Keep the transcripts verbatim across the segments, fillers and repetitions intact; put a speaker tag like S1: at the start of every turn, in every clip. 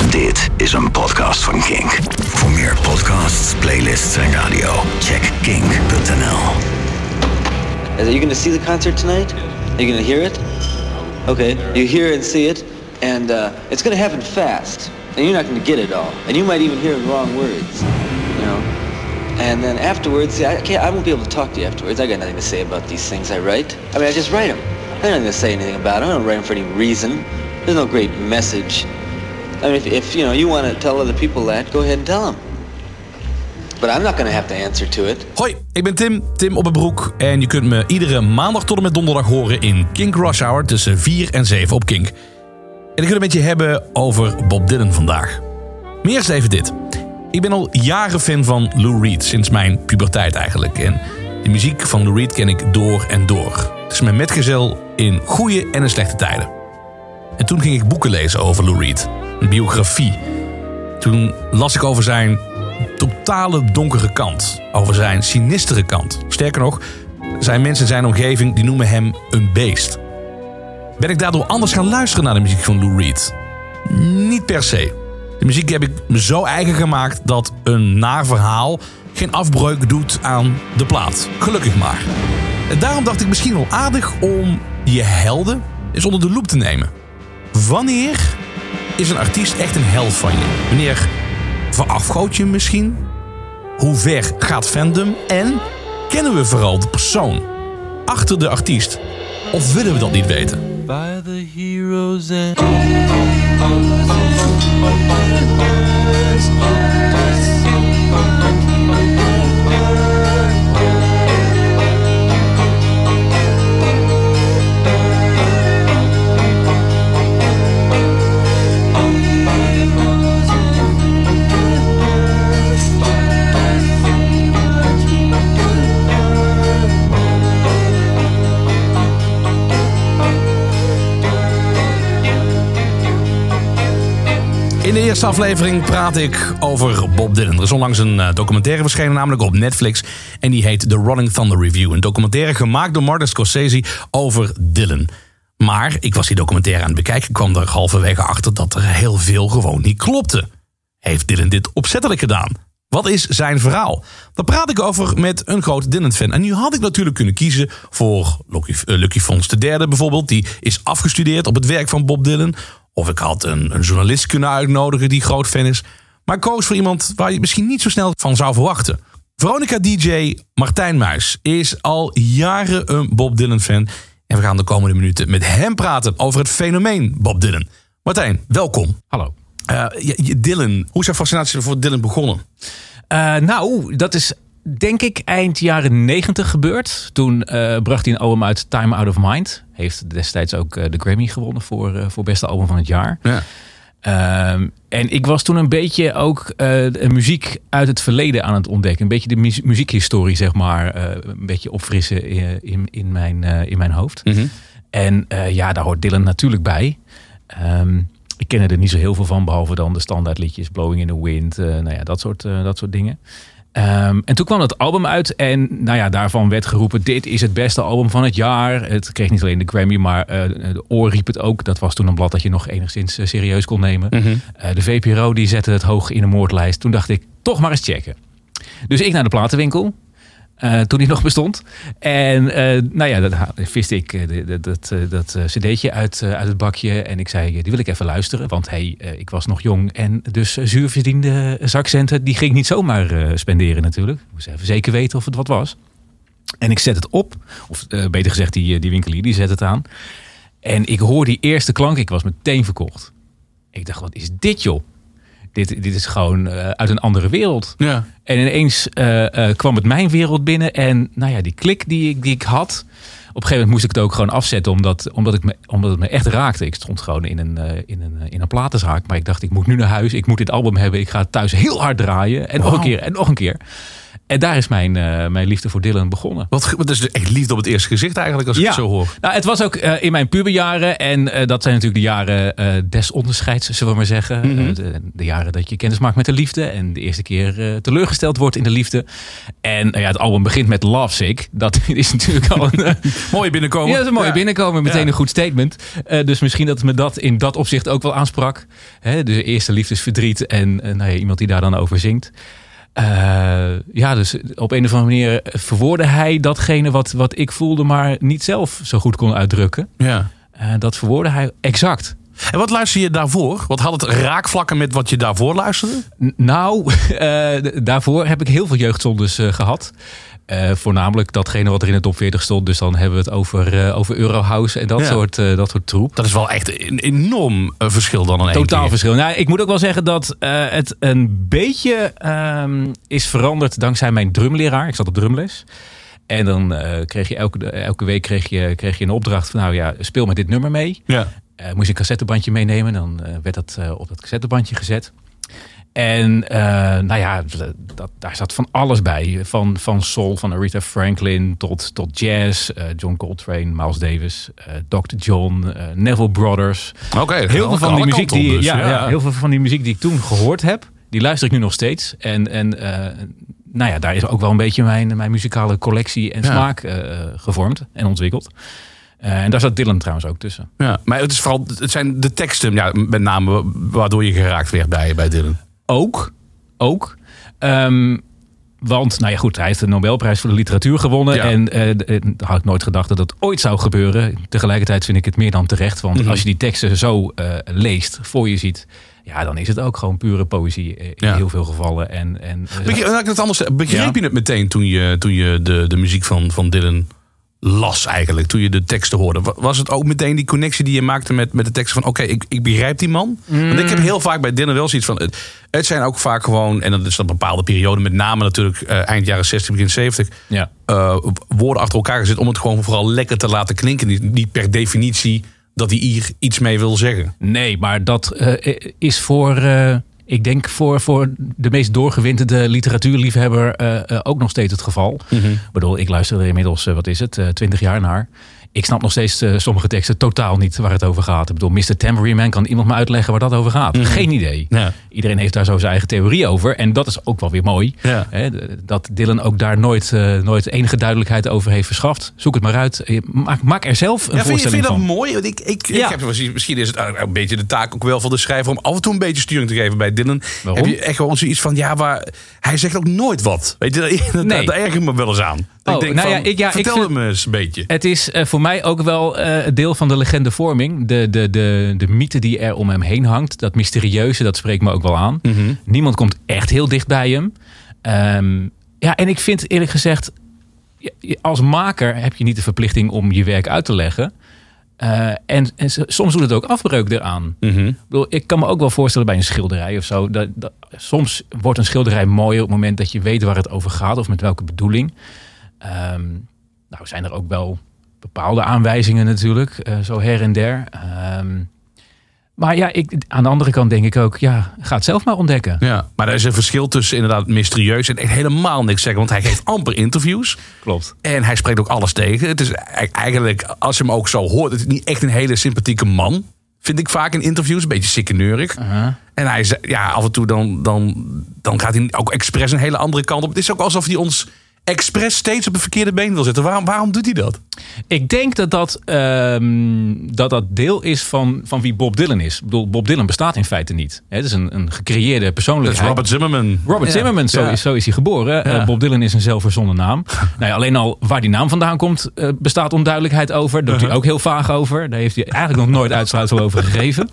S1: Dit is een podcast van Kink. Voor meer podcasts, playlists en radio, check kink punt n l.
S2: Are you going to see the concert tonight? Are you going to hear it? Okay, you hear and see it, and uh, it's going to happen fast, and you're not going to get it all, and you might even hear the wrong words, you know. And then afterwards, see, I can't, I won't be able to talk to you afterwards. I got nothing to say about these things I write. I mean, I just write them. I don't have to say anything about them. I don't write them for any reason. There's no great message. I mean, if, if you know you want to tell other people that, go ahead and tell them. But I'm not going to have to answer to it.
S3: Hoi, ik ben Tim, Tim Oppenbroek. En je kunt me iedere maandag tot en met donderdag horen in Kink Rush Hour tussen vier en zeven op Kink. En ik wil het met je hebben over Bob Dylan vandaag. Maar eerst even dit. Ik ben al jaren fan van Lou Reed, sinds mijn puberteit eigenlijk. En de muziek van Lou Reed ken ik door en door. Het is mijn metgezel in goede en in slechte tijden. En toen ging ik boeken lezen over Lou Reed. Een biografie. Toen las ik over zijn totale donkere kant. Over zijn sinistere kant. Sterker nog, zijn mensen in zijn omgeving die noemen hem een beest. Ben ik daardoor anders gaan luisteren naar de muziek van Lou Reed? Niet per se. De muziek heb ik me zo eigen gemaakt dat een naar verhaal geen afbreuk doet aan de plaat. Gelukkig maar. En daarom dacht ik misschien wel aardig om je helden eens onder de loep te nemen. Wanneer is een artiest echt een held van je? Wanneer verafgoot je hem misschien? Hoe ver gaat fandom? En kennen we vooral de persoon achter de artiest? Of willen we dat niet weten? By the heroes and... In de eerste aflevering praat ik over Bob Dylan. Er is onlangs een documentaire verschenen, namelijk op Netflix. En die heet The Rolling Thunder Review. Een documentaire gemaakt door Martin Scorsese over Dylan. Maar ik was die documentaire aan het bekijken. Ik kwam er halverwege achter dat er heel veel gewoon niet klopte. Heeft Dylan dit opzettelijk gedaan? Wat is zijn verhaal? Daar praat ik over met een groot Dylan-fan. En nu had ik natuurlijk kunnen kiezen voor Lucky, uh, Lucky Fons de derde bijvoorbeeld. Die is afgestudeerd op het werk van Bob Dylan. Of ik had een, een journalist kunnen uitnodigen die groot fan is. Maar ik koos voor iemand waar je misschien niet zo snel van zou verwachten. Veronica D J Martijn Muis is al jaren een Bob Dylan fan. En we gaan de komende minuten met hem praten over het fenomeen Bob Dylan. Martijn, welkom.
S4: Hallo.
S3: Uh, Dylan, hoe is jouw fascinatie voor Dylan begonnen?
S4: Uh, nou, dat is denk ik eind jaren negentig gebeurd. Toen uh, bracht hij een album uit, Time Out of Mind. Heeft destijds ook uh, de Grammy gewonnen voor, uh, voor beste album van het jaar. Ja. Um, en ik was toen een beetje ook uh, muziek uit het verleden aan het ontdekken. Een beetje de mu- muziekhistorie, zeg maar, uh, een beetje opfrissen in, in, in, mijn, uh, in mijn hoofd. Mm-hmm. En uh, ja, daar hoort Dylan natuurlijk bij. Um, ik ken er niet zo heel veel van, behalve dan de standaardliedjes Blowing in the Wind, uh, nou ja, dat soort, uh, dat soort dingen. Um, en toen kwam het album uit en nou ja, daarvan werd geroepen, dit is het beste album van het jaar. Het kreeg niet alleen de Grammy, maar uh, de Oor riep het ook. Dat was toen een blad dat je nog enigszins uh, serieus kon nemen. Mm-hmm. Uh, de V P R O die zette het hoog in de moordlijst. Toen dacht ik, toch maar eens checken. Dus ik naar de platenwinkel. Uh, toen die nog bestond. En uh, nou ja, dat viste ik uh, dat, dat, uh, dat uh, cd'tje uit, uh, uit het bakje. En ik zei, die wil ik even luisteren. Want hey, uh, ik was nog jong. En dus uh, zuurverdiende zakcenten, die ging ik niet zomaar uh, spenderen natuurlijk. Ik moest even zeker weten of het wat was. En ik zet het op. Of uh, beter gezegd, die, die winkelier, die zet het aan. En ik hoor die eerste klank. Ik was meteen verkocht. Ik dacht, wat is dit joh? Dit, dit is gewoon uh, uit een andere wereld. Ja. En ineens uh, uh, kwam het mijn wereld binnen. En nou ja, die klik die ik, die ik had. Op een gegeven moment moest ik het ook gewoon afzetten. Omdat, omdat, ik me, omdat het me echt raakte. Ik stond gewoon in een, uh, in, een, uh, in een platenzaak. Maar ik dacht, ik moet nu naar huis. Ik moet dit album hebben. Ik ga het thuis heel hard draaien. En wow. nog een keer. En nog een keer. En daar is mijn, uh, mijn liefde voor Dylan begonnen.
S3: Wat, dat is echt liefde op het eerste gezicht eigenlijk, als ik
S4: ja.
S3: het zo hoor.
S4: Nou, het was ook uh, in mijn puberjaren. En uh, dat zijn natuurlijk de jaren uh, des onderscheids, zullen we maar zeggen. Mm-hmm. Uh, de, de jaren dat je kennis maakt met de liefde. En de eerste keer uh, teleurgesteld wordt in de liefde. En uh, ja, het album begint met Lovesick. Dat is natuurlijk al een... Uh,
S3: mooie binnenkomen.
S4: Ja, dat is een mooie
S3: ja.
S4: binnenkomen. Meteen ja. een goed statement. Uh, dus misschien dat het me dat in dat opzicht ook wel aansprak. Hè, dus eerste liefdesverdriet. En uh, nou ja, iemand die daar dan over zingt. Uh, ja, dus op een of andere manier verwoordde hij datgene wat, wat ik voelde, maar niet zelf zo goed kon uitdrukken.
S3: Ja.
S4: Uh, dat verwoordde hij exact.
S3: En wat luister je daarvoor? Wat had het raakvlakken met wat je daarvoor luisterde?
S4: N- nou, uh, daarvoor heb ik heel veel jeugdzondes uh, gehad. Uh, voornamelijk datgene wat er in de top veertig stond. Dus dan hebben we het over, uh, over Eurohouse en dat, ja. soort, uh, dat soort troep.
S3: Dat is wel echt een enorm uh, verschil dan een
S4: Totaal
S3: keer.
S4: verschil. Nou, ik moet ook wel zeggen dat uh, het een beetje um, is veranderd dankzij mijn drumleraar. Ik zat op drumles. En dan uh, kreeg je elke, elke week kreeg je, kreeg je een opdracht van nou ja, speel met dit nummer mee.
S3: Ja.
S4: Uh, moest je een cassettebandje meenemen. Dan uh, werd dat uh, op dat cassettebandje gezet. En uh, nou ja, dat, daar zat van alles bij. Van, van soul, van Aretha Franklin tot, tot jazz. Uh, John Coltrane, Miles Davis, uh, doctor John, uh, Neville Brothers.
S3: Oké, okay,
S4: heel veel van die muziek die
S3: dus,
S4: ja,
S3: ja.
S4: ja, heel veel van die muziek die ik toen gehoord heb, die luister ik nu nog steeds. En, en uh, nou ja, daar is ook wel een beetje mijn, mijn muzikale collectie en ja. smaak uh, gevormd en ontwikkeld. Uh, en daar zat Dylan trouwens ook tussen.
S3: Ja, maar het is vooral, het zijn de teksten, ja, met name waardoor je geraakt werd bij, bij Dylan.
S4: Ook, ook. Um, want, nou ja goed, hij heeft de Nobelprijs voor de literatuur gewonnen. Ja. En uh, had ik nooit gedacht dat dat ooit zou gebeuren. Tegelijkertijd vind ik het meer dan terecht. Want mm-hmm. als je die teksten zo uh, leest, voor je ziet, ja, dan is het ook gewoon pure poëzie in ja. heel veel gevallen. En, en, uh,
S3: Begreep, het anders, begreep ja. je het meteen toen je, toen je de, de muziek van, van Dylan las eigenlijk, toen je de teksten hoorde? Was het ook meteen die connectie die je maakte met, met de teksten van oké, okay, ik, ik begrijp die man? Mm. Want ik heb heel vaak bij Dylan wel zoiets van, het, het zijn ook vaak gewoon, en dat is een bepaalde periode, met name natuurlijk uh, eind jaren zestig, begin zeventig, ja. uh, woorden achter elkaar gezet om het gewoon vooral lekker te laten klinken. Niet, niet per definitie dat hij hier iets mee wil zeggen.
S4: Nee, maar dat uh, is voor... Uh... Ik denk voor, voor de meest doorgewinterde literatuurliefhebber uh, uh, ook nog steeds het geval. Mm-hmm. Ik bedoel, ik luister er inmiddels, uh, wat is het, twintig uh, jaar naar. Ik snap nog steeds uh, sommige teksten totaal niet waar het over gaat. Ik bedoel, mister Tambourine Man, kan iemand me uitleggen waar dat over gaat? Mm-hmm. Geen idee. Ja. Iedereen heeft daar zo zijn eigen theorie over. En dat is ook wel weer mooi. Ja. Hè, dat Dylan ook daar nooit, uh, nooit enige duidelijkheid over heeft verschaft. Zoek het maar uit. Maak, maak er zelf een ja, voorstelling
S3: vind je, vind
S4: van.
S3: je dat mooi? Want ik, ik, ja. ik heb, misschien is het een beetje de taak ook wel van de schrijver om af en toe een beetje sturing te geven bij Dylan.
S4: Waarom?
S3: Heb je echt gewoon zoiets van, ja, waar, hij zegt ook nooit wat. Weet je, dat, nee. Daar erger ik me wel eens aan.
S4: Oh,
S3: ik denk
S4: nou
S3: van,
S4: ja, ik, ja,
S3: vertel
S4: ik
S3: het me eens een beetje.
S4: Het is uh, voor mij ook wel uh, deel van de legendevorming. De, de, de, de mythe die er om hem heen hangt. Dat mysterieuze, dat spreekt me ook wel aan. Mm-hmm. Niemand komt echt heel dicht bij hem. Um, ja, en ik vind eerlijk gezegd, als maker heb je niet de verplichting om je werk uit te leggen. Uh, en, en soms doet het ook afbreuk eraan. Mm-hmm. Ik bedoel, ik kan me ook wel voorstellen bij een schilderij of zo. Dat, dat, soms wordt een schilderij mooier op het moment dat je weet waar het over gaat. Of met welke bedoeling. Um, nou zijn er ook wel bepaalde aanwijzingen natuurlijk. Uh, zo her en der. Um, maar ja, ik, aan de andere kant denk ik ook, ja, ga het zelf maar ontdekken.
S3: Ja, maar er is een verschil tussen inderdaad mysterieus en echt helemaal niks zeggen. Want hij geeft amper interviews.
S4: Klopt.
S3: En hij spreekt ook alles tegen. Het is eigenlijk, als je hem ook zo hoort, het is niet echt een hele sympathieke man. Vind ik vaak in interviews, een beetje sikkeneurig. Uh-huh. En hij is, ja, af en toe dan, dan, dan gaat hij ook expres een hele andere kant op. Het is ook alsof hij ons expres steeds op het verkeerde been wil zetten. Waarom, waarom doet hij dat?
S4: Ik denk dat dat, um, dat, dat deel is van, van wie Bob Dylan is. Ik bedoel, Bob Dylan bestaat in feite niet. Het is een, een gecreëerde persoonlijkheid.
S3: Dat is Robert Zimmerman.
S4: Robert ja. Zimmerman, zo, ja. is, zo is hij geboren. Ja. Uh, Bob Dylan is een zelfverzonnen naam. nou ja, alleen al waar die naam vandaan komt, uh, bestaat onduidelijkheid over. Daar doet uh-huh. hij ook heel vaag over. Daar heeft hij eigenlijk nog nooit uitsluitsel over gegeven.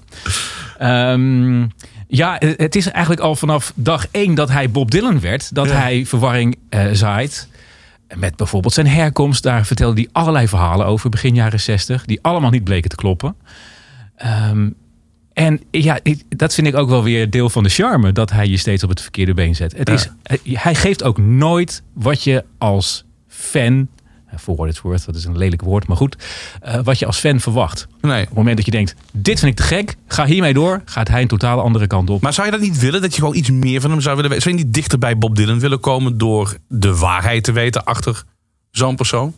S4: Um, Ja, het is eigenlijk al vanaf dag één dat hij Bob Dylan werd. Dat ja. hij verwarring uh, zaait. Met bijvoorbeeld zijn herkomst. Daar vertelde hij allerlei verhalen over begin jaren zestig. Die allemaal niet bleken te kloppen. Um, en ja, dat vind ik ook wel weer deel van de charme. Dat hij je steeds op het verkeerde been zet. Het ja. is, hij geeft ook nooit wat je als fan For what it's worth, dat is een lelijk woord, maar goed. Uh, wat je als fan verwacht.
S3: Nee.
S4: Op het moment dat je denkt, dit vind ik te gek, ga hiermee door, gaat hij een totaal andere kant op.
S3: Maar zou je dat niet willen, dat je gewoon iets meer van hem zou willen weten? Zou je niet dichter bij Bob Dylan willen komen door de waarheid te weten achter zo'n persoon?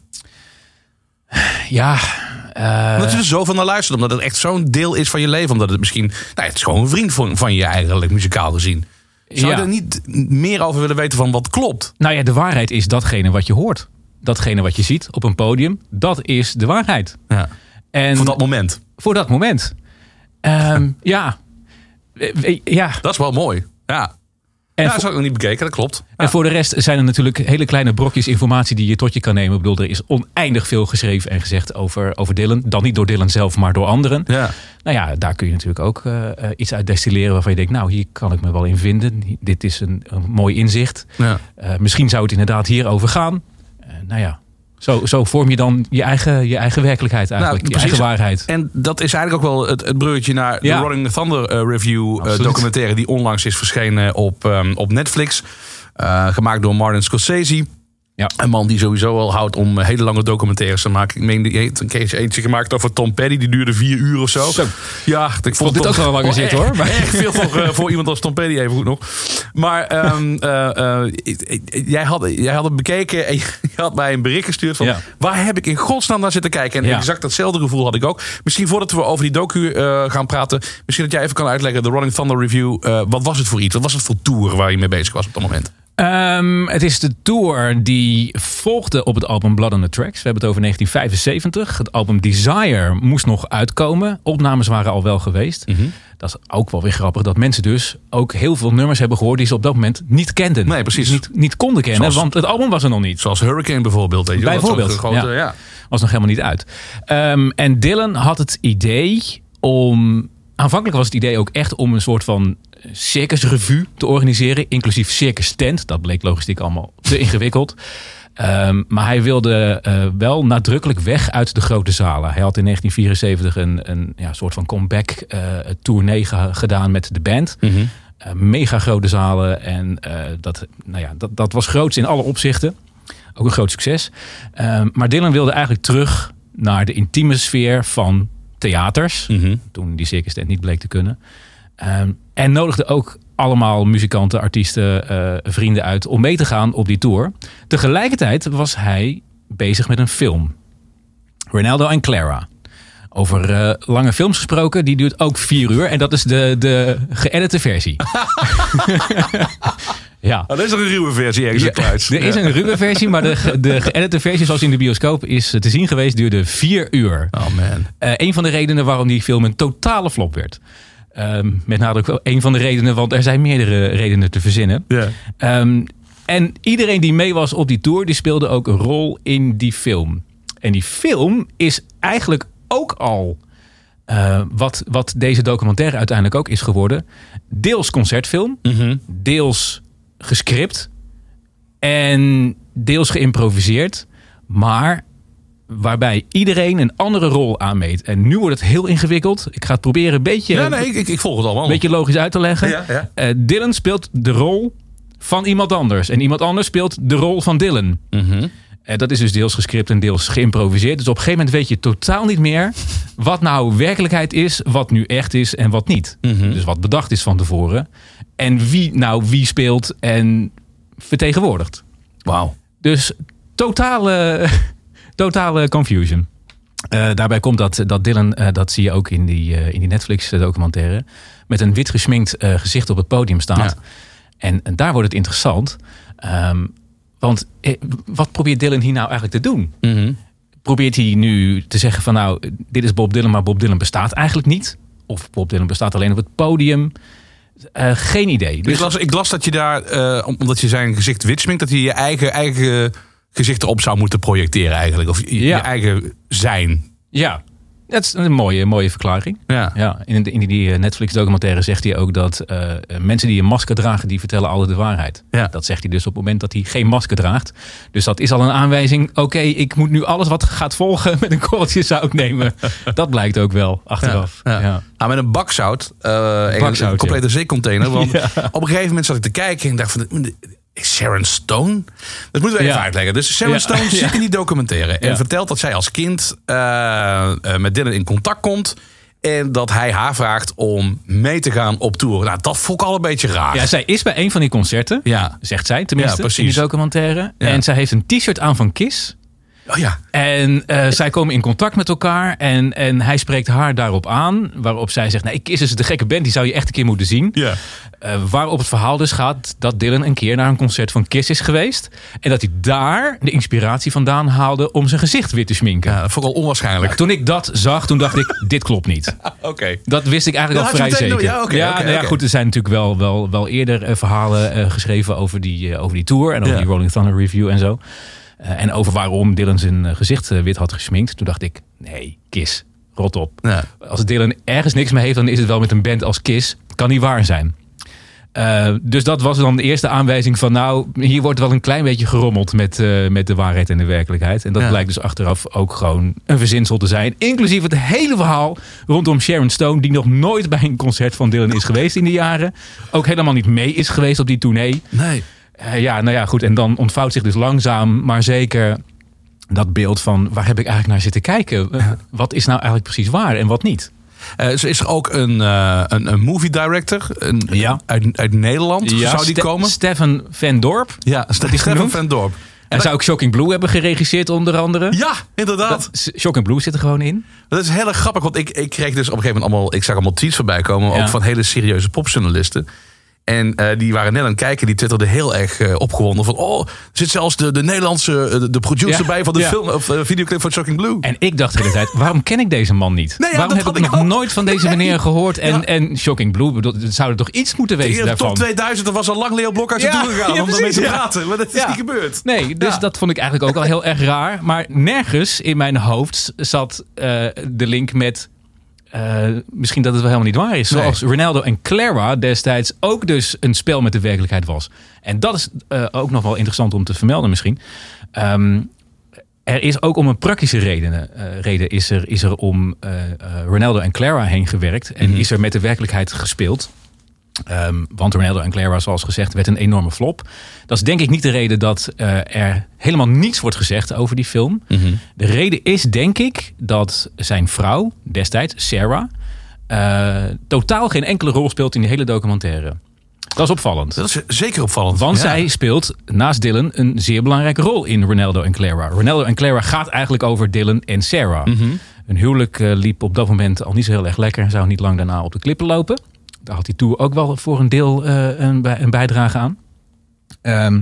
S4: Ja... Uh,
S3: omdat je er zo van naar luistert, omdat het echt zo'n deel is van je leven. Omdat het misschien, nou, het is gewoon een vriend van, van je eigenlijk, muzikaal gezien. Zou je ja. er niet meer over willen weten van wat klopt?
S4: Nou ja, de waarheid is datgene wat je hoort. Datgene wat je ziet op een podium, dat is de waarheid.
S3: Ja. En voor dat moment.
S4: Voor dat moment. Um, ja. ja.
S3: Dat is wel mooi. Ja. En ja, dat heb ik nog niet bekeken, dat klopt.
S4: En ja. voor de rest zijn er natuurlijk hele kleine brokjes informatie die je tot je kan nemen. Ik bedoel, er is oneindig veel geschreven en gezegd over, over Dylan. Dan niet door Dylan zelf, maar door anderen.
S3: Ja.
S4: Nou ja, daar kun je natuurlijk ook uh, iets uit destilleren waarvan je denkt, nou, hier kan ik me wel in vinden. Dit is een, een mooi inzicht. Ja. Uh, misschien zou het inderdaad hierover gaan. Uh, nou ja. Zo, zo vorm je dan je eigen, je eigen werkelijkheid eigenlijk, nou, je eigen waarheid.
S3: En dat is eigenlijk ook wel het, het bruggetje naar ja. de Rolling Thunder uh, Review uh, documentaire die onlangs is verschenen op, um, op Netflix. Uh, gemaakt door Martin Scorsese. Ja. Een man die sowieso al houdt om hele lange documentaires te maken. Ik meen, die heeft een keertje eentje gemaakt over Tom Petty. Die duurde vier uur of zo. zo. Ja, ik
S4: vond dit ook wel langer zit hoor.
S3: Maar. Echt veel voor, uh, voor iemand als Tom Petty even goed nog. Maar um, uh, uh, jij, had, jij had het bekeken en je had mij een bericht gestuurd van ja. waar heb ik in godsnaam naar zitten kijken? En ja. exact datzelfde gevoel had ik ook. Misschien voordat we over die docu uh, gaan praten, misschien dat jij even kan uitleggen, de Rolling Thunder Review. Uh, wat was het voor iets? Wat was het voor tour waar je mee bezig was op dat moment?
S4: Um, het is de tour die volgde op het album Blood on the Tracks. We hebben het over negentien vijfenzeventig. Het album Desire moest nog uitkomen. Opnames waren al wel geweest. Mm-hmm. Dat is ook wel weer grappig. Dat mensen dus ook heel veel nummers hebben gehoord die ze op dat moment niet kenden.
S3: Nee, precies.
S4: Niet, niet konden kennen, zoals, want het album was er nog niet.
S3: Zoals Hurricane bijvoorbeeld. Weet je,
S4: bijvoorbeeld,
S3: dat grote, ja. ja.
S4: Was nog helemaal niet uit. Um, en Dylan had het idee om... Aanvankelijk was het idee ook echt om een soort van circusrevue te organiseren. Inclusief circus tent. Dat bleek logistiek allemaal te ingewikkeld. Um, maar hij wilde uh, wel nadrukkelijk weg uit de grote zalen. Hij had in negentien vierenzeventig een, een ja, soort van comeback uh, tournee ge- gedaan met de band. Mm-hmm. Uh, mega grote zalen. En uh, dat, nou ja, dat, dat was groots in alle opzichten. Ook een groot succes. Um, maar Dylan wilde eigenlijk terug naar de intieme sfeer van theaters. Mm-hmm. Toen die circus tent niet bleek te kunnen. Um, en nodigde ook allemaal muzikanten, artiesten, uh, vrienden uit om mee te gaan op die tour. Tegelijkertijd was hij bezig met een film. Ronaldo en Clara. Over uh, lange films gesproken, die duurt ook vier uur. En dat is de, de geëdite versie. Ja.
S3: Oh, er is nog een ruwe versie ergens in kluis.
S4: Er is een ruwe versie, maar de, de geëdite versie zoals in de bioscoop is te zien geweest, duurde vier uur.
S3: Oh man.
S4: Uh, een van de redenen waarom die film een totale flop werd. Um, met nadruk wel een van de redenen, want er zijn meerdere redenen te verzinnen. Yeah. Um, en iedereen die mee was op die tour, die speelde ook een rol in die film. En die film is eigenlijk ook al uh, wat, wat deze documentaire uiteindelijk ook is geworden. Deels concertfilm, mm-hmm. deels gescript en deels geïmproviseerd. Maar waarbij iedereen een andere rol aanmeet. En nu wordt het heel ingewikkeld. Ik ga het proberen een beetje,
S3: ja, nee, ik, ik volg het allemaal.
S4: Een beetje logisch uit te leggen.
S3: Ja, ja.
S4: Uh, Dylan speelt de rol van iemand anders. En iemand anders speelt de rol van Dylan. Mm-hmm. Uh, dat is dus deels gescript en deels geïmproviseerd. Dus op een gegeven moment weet je totaal niet meer wat nou werkelijkheid is, wat nu echt is en wat niet. Mm-hmm. Dus wat bedacht is van tevoren. En wie nou wie speelt en vertegenwoordigt.
S3: Wauw.
S4: Dus totale... Totale confusion. Uh, daarbij komt dat, dat Dylan, uh, dat zie je ook in die, uh, in die Netflix documentaire, met een wit gesminkt uh, gezicht op het podium staat. Ja. En, en daar wordt het interessant. Um, want eh, wat probeert Dylan hier nou eigenlijk te doen? Mm-hmm. Probeert hij nu te zeggen van nou, dit is Bob Dylan, maar Bob Dylan bestaat eigenlijk niet? Of Bob Dylan bestaat alleen op het podium? Uh, geen idee. Dus...
S3: Ik, las, ik las dat je daar, uh, omdat je zijn gezicht wit sminkt, dat hij je eigen... eigen gezicht erop zou moeten projecteren eigenlijk. Of je, ja. je eigen zijn.
S4: Ja, dat is een mooie, mooie verklaring.
S3: Ja.
S4: Ja, in, in die Netflix documentaire zegt hij ook dat uh, mensen die een masker dragen, die vertellen altijd de waarheid.
S3: Ja.
S4: Dat zegt hij dus op het moment dat hij geen masker draagt. Dus dat is al een aanwijzing. Oké, okay, ik moet nu alles wat gaat volgen met een korreltje zout nemen. Dat blijkt ook wel achteraf.
S3: Ja, ja. Ja. Nou, met een bakzout. Uh, bakzout een complete ja. zeecontainer. Want ja. op een gegeven moment zat ik te kijken en dacht van... Sharon Stone? Dat moeten we even ja. uitleggen. Dus Sharon ja. Stone zit ja. in die documentaire. En ja. vertelt dat zij als kind uh, uh, met Dylan in contact komt. En dat hij haar vraagt om mee te gaan op tour. Nou, dat vond ik al een beetje raar.
S4: Ja, zij is bij een van die concerten. Ja. Zegt zij tenminste ja, in die documentaire. Ja. En zij heeft een t-shirt aan van Kiss.
S3: Oh ja.
S4: En uh, zij komen in contact met elkaar. En, en hij spreekt haar daarop aan. Waarop zij zegt, nee, Kiss is de gekke band. Die zou je echt een keer moeten zien.
S3: Ja.
S4: Uh, waarop het verhaal dus gaat dat Dylan een keer naar een concert van Kiss is geweest. En dat hij daar de inspiratie vandaan haalde om zijn gezicht wit te schminken.
S3: Ja, vooral onwaarschijnlijk.
S4: Nou, toen ik dat zag, toen dacht ik, dit klopt niet.
S3: Oké. Okay.
S4: Dat wist ik eigenlijk al vrij zeker.
S3: Ja, okay,
S4: ja,
S3: okay,
S4: nou ja
S3: okay.
S4: goed, er zijn natuurlijk wel, wel, wel eerder uh, verhalen uh, geschreven over die, uh, over die tour. En over ja. die Rolling Thunder Review en zo. Uh, en over waarom Dylan zijn uh, gezicht uh, wit had geschminkt. Toen dacht ik, nee, Kiss, rot op. Ja. Als Dylan ergens niks mee heeft, dan is het wel met een band als Kiss. Kan niet waar zijn. Uh, dus dat was dan de eerste aanwijzing van, nou, hier wordt wel een klein beetje gerommeld met, uh, met de waarheid en de werkelijkheid. En dat ja. blijkt dus achteraf ook gewoon een verzinsel te zijn. Inclusief het hele verhaal rondom Sharon Stone, die nog nooit bij een concert van Dylan is geweest in die jaren. Ook helemaal niet mee is geweest op die tournee.
S3: Nee.
S4: Uh, ja, nou ja, goed. En dan ontvouwt zich dus langzaam, maar zeker dat beeld van, waar heb ik eigenlijk naar zitten kijken? Uh, wat is nou eigenlijk precies waar en wat niet?
S3: Uh, is er ook een, uh, een, een movie director een,
S4: ja.
S3: uit, uit Nederland? Ja, zou die Ste- komen?
S4: Stefan Van Dorp.
S3: Ja, Ste- Stefan Van Dorp.
S4: En, en zou ook Shocking Blue hebben geregisseerd onder andere.
S3: Ja, inderdaad.
S4: Dat, Shocking Blue zit er gewoon in.
S3: Dat is heel erg grappig, want ik, ik kreeg dus op een gegeven moment allemaal, ik zag allemaal tweets voorbij komen, ja. ook van hele serieuze popjournalisten. En uh, die waren net aan het kijken, die twitterden heel erg uh, opgewonden van, oh, er zit zelfs de, de Nederlandse, de, de producer ja, bij van de ja. film of uh, videoclip van Shocking Blue.
S4: En ik dacht de hele tijd, waarom ken ik deze man niet? Nee, ja, waarom heb ik, ik nog ook. nooit van deze meneer nee. gehoord? En, ja. en Shocking Blue, bedoel, zou er toch iets moeten weten
S3: de
S4: daarvan?
S3: Top tweeduizend, er was al lang Leo Blok uit zijn ja, toer gegaan ja, om ermee te praten. Maar dat is ja. niet gebeurd.
S4: Nee, dus ja. dat vond ik eigenlijk ook al heel erg raar. Maar nergens in mijn hoofd zat uh, de link met, Uh, misschien dat het wel helemaal niet waar is. Zoals nee. Ronaldo en Clara destijds ook dus een spel met de werkelijkheid was. En dat is uh, ook nog wel interessant om te vermelden misschien. Um, er is ook om een praktische reden, uh, reden is, er, is er om uh, uh, Ronaldo en Clara heen gewerkt. En mm-hmm. is er met de werkelijkheid gespeeld. Um, want Ronaldo en Clara, zoals gezegd, werd een enorme flop. Dat is denk ik niet de reden dat uh, er helemaal niets wordt gezegd over die film. Mm-hmm. De reden is denk ik dat zijn vrouw destijds, Sarah, uh, totaal geen enkele rol speelt in die hele documentaire. Dat is opvallend.
S3: Dat is zeker opvallend.
S4: Want
S3: ja.
S4: zij speelt naast Dylan een zeer belangrijke rol in Ronaldo en Clara. Ronaldo en Clara gaat eigenlijk over Dylan en Sarah. Mm-hmm. Hun huwelijk uh, liep op dat moment al niet zo heel erg lekker en zou niet lang daarna op de klippen lopen. Daar had die tour ook wel voor een deel uh, een, bij, een bijdrage aan. Um,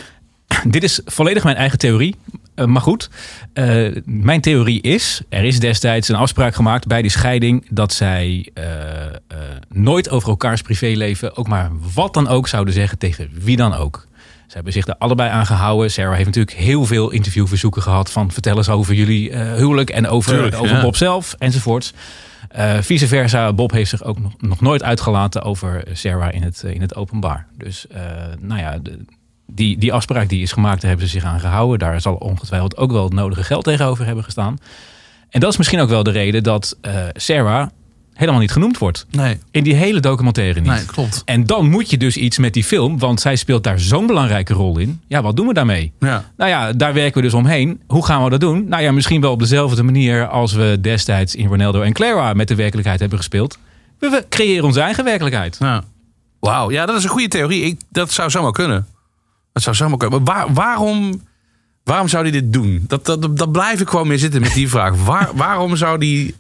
S4: dit is volledig mijn eigen theorie. Uh, maar goed, uh, mijn theorie is, er is destijds een afspraak gemaakt bij die scheiding dat zij uh, uh, nooit over elkaars privéleven, ook maar wat dan ook, zouden zeggen tegen wie dan ook. Ze hebben zich er allebei aan gehouden. Sarah heeft natuurlijk heel veel interviewverzoeken gehad van vertel eens over jullie uh, huwelijk en over, Tuurlijk, over ja. Bob zelf enzovoorts. Uh, vice versa, Bob heeft zich ook nog, nog nooit uitgelaten over Sarah in het, in het openbaar. Dus uh, nou ja, de, die, die afspraak die is gemaakt, daar hebben ze zich aan gehouden. Daar zal ongetwijfeld ook wel het nodige geld tegenover hebben gestaan. En dat is misschien ook wel de reden dat uh, Sarah helemaal niet genoemd wordt.
S3: Nee.
S4: In die hele documentaire niet.
S3: Nee, klopt.
S4: En dan moet je dus iets met die film, want zij speelt daar zo'n belangrijke rol in. Ja, wat doen we daarmee?
S3: Ja.
S4: Nou ja, daar werken we dus omheen. Hoe gaan we dat doen? Nou ja, misschien wel op dezelfde manier als we destijds in Ronaldo en Clara met de werkelijkheid hebben gespeeld. We, we creëren onze eigen werkelijkheid.
S3: Ja. Wauw, ja, dat is een goede theorie. Ik, dat zou zomaar kunnen. Dat zou zomaar kunnen. Maar waar, waarom, waarom zou hij dit doen? Dat, dat, dat blijf ik gewoon mee zitten met die vraag. Waar, waarom zou die...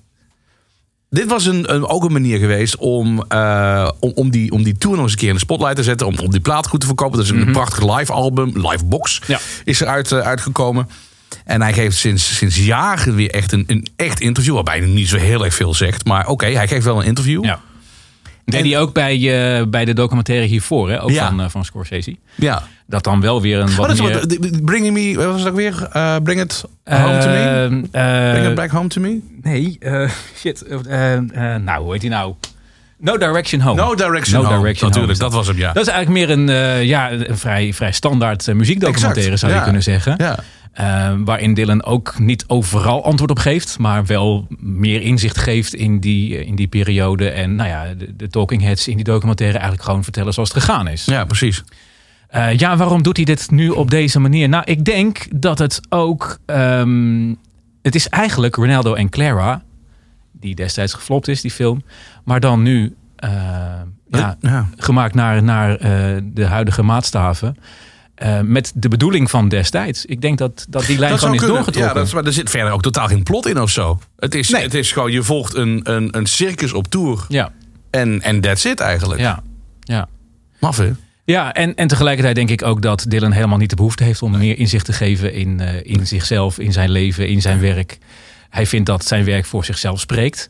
S3: Dit was een, een, ook een manier geweest om, uh, om, om, die, om die tour nog eens een keer in de spotlight te zetten. Om, om die plaat goed te verkopen. Dat is een mm-hmm. prachtig live album. Live box ja. is er uit, uh, uitgekomen. En hij geeft sinds, sinds jaren weer echt een, een echt interview. Waarbij hij niet zo heel erg veel zegt. Maar oké, okay, hij geeft wel een interview.
S4: Ja. Deed en, hij ook bij, uh, bij de documentaire hiervoor. Hè? Ook ja. van, uh, van Scorsese.
S3: Ja.
S4: Dat dan wel weer een wat
S3: oh,
S4: meer...
S3: Wat, bring me, wat was het ook weer? Uh, bring it home uh, to me? Uh, bring it back home to me?
S4: Nee, uh, shit. Uh, uh, nou, hoe heet hij nou? No Direction Home.
S3: No Direction no Home, direction natuurlijk. Home. Dat was hem, ja.
S4: Dat is eigenlijk meer een, uh, ja, een vrij, vrij standaard uh, muziekdocumentaire, exact. zou je ja. kunnen zeggen. Ja. Uh, waarin Dylan ook niet overal antwoord op geeft, maar wel meer inzicht geeft in die, in die periode. En nou ja, de, de talking heads in die documentaire eigenlijk gewoon vertellen zoals het gegaan is.
S3: Ja, precies.
S4: Uh, ja, waarom doet hij dit nu op deze manier? Nou, ik denk dat het ook... Um, het is eigenlijk Ronaldo en Clara, die destijds geflopt is, die film. Maar dan nu uh, ja, ja. gemaakt naar, naar uh, de huidige maatstaven. Uh, met de bedoeling van destijds. Ik denk dat, dat die lijn dat gewoon is kunnen. doorgetrokken.
S3: Ja, dat is, maar er zit verder ook totaal geen plot in of zo. Het is, nee. het is gewoon, je volgt een, een, een circus op tour.
S4: Ja.
S3: En, en that's it eigenlijk.
S4: Ja, ja.
S3: Maf, hè?
S4: Ja, en, en tegelijkertijd denk ik ook dat Dylan helemaal niet de behoefte heeft om nee. meer inzicht te geven in, uh, in zichzelf, in zijn leven, in zijn werk. Hij vindt dat zijn werk voor zichzelf spreekt.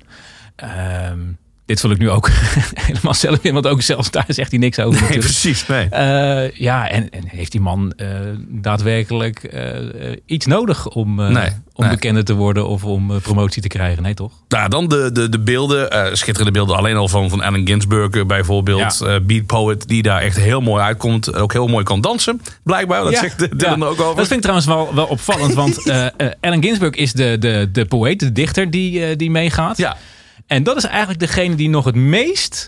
S4: Um, dit vul ik nu ook helemaal zelf in, want ook zelfs daar zegt hij niks over.
S3: Nee, precies. Nee.
S4: Uh, ja, en, en heeft die man uh, daadwerkelijk uh, iets nodig om, uh, nee, om nee. bekender te worden of om uh, promotie te krijgen? Nee, toch?
S3: Nou, dan de, de, de beelden, uh, schitterende beelden alleen al van, van Allen Ginsberg uh, bijvoorbeeld. Ja. Uh, Beat Poet, die daar echt heel mooi uitkomt. Ook heel mooi kan dansen, blijkbaar. Dat ja. zegt Dylan ja. ook over.
S4: Dat vind ik trouwens wel, wel opvallend, want uh, uh, Allen Ginsberg is de, de, de poëet, de dichter die, uh, die meegaat.
S3: Ja.
S4: En dat is eigenlijk degene die nog het meest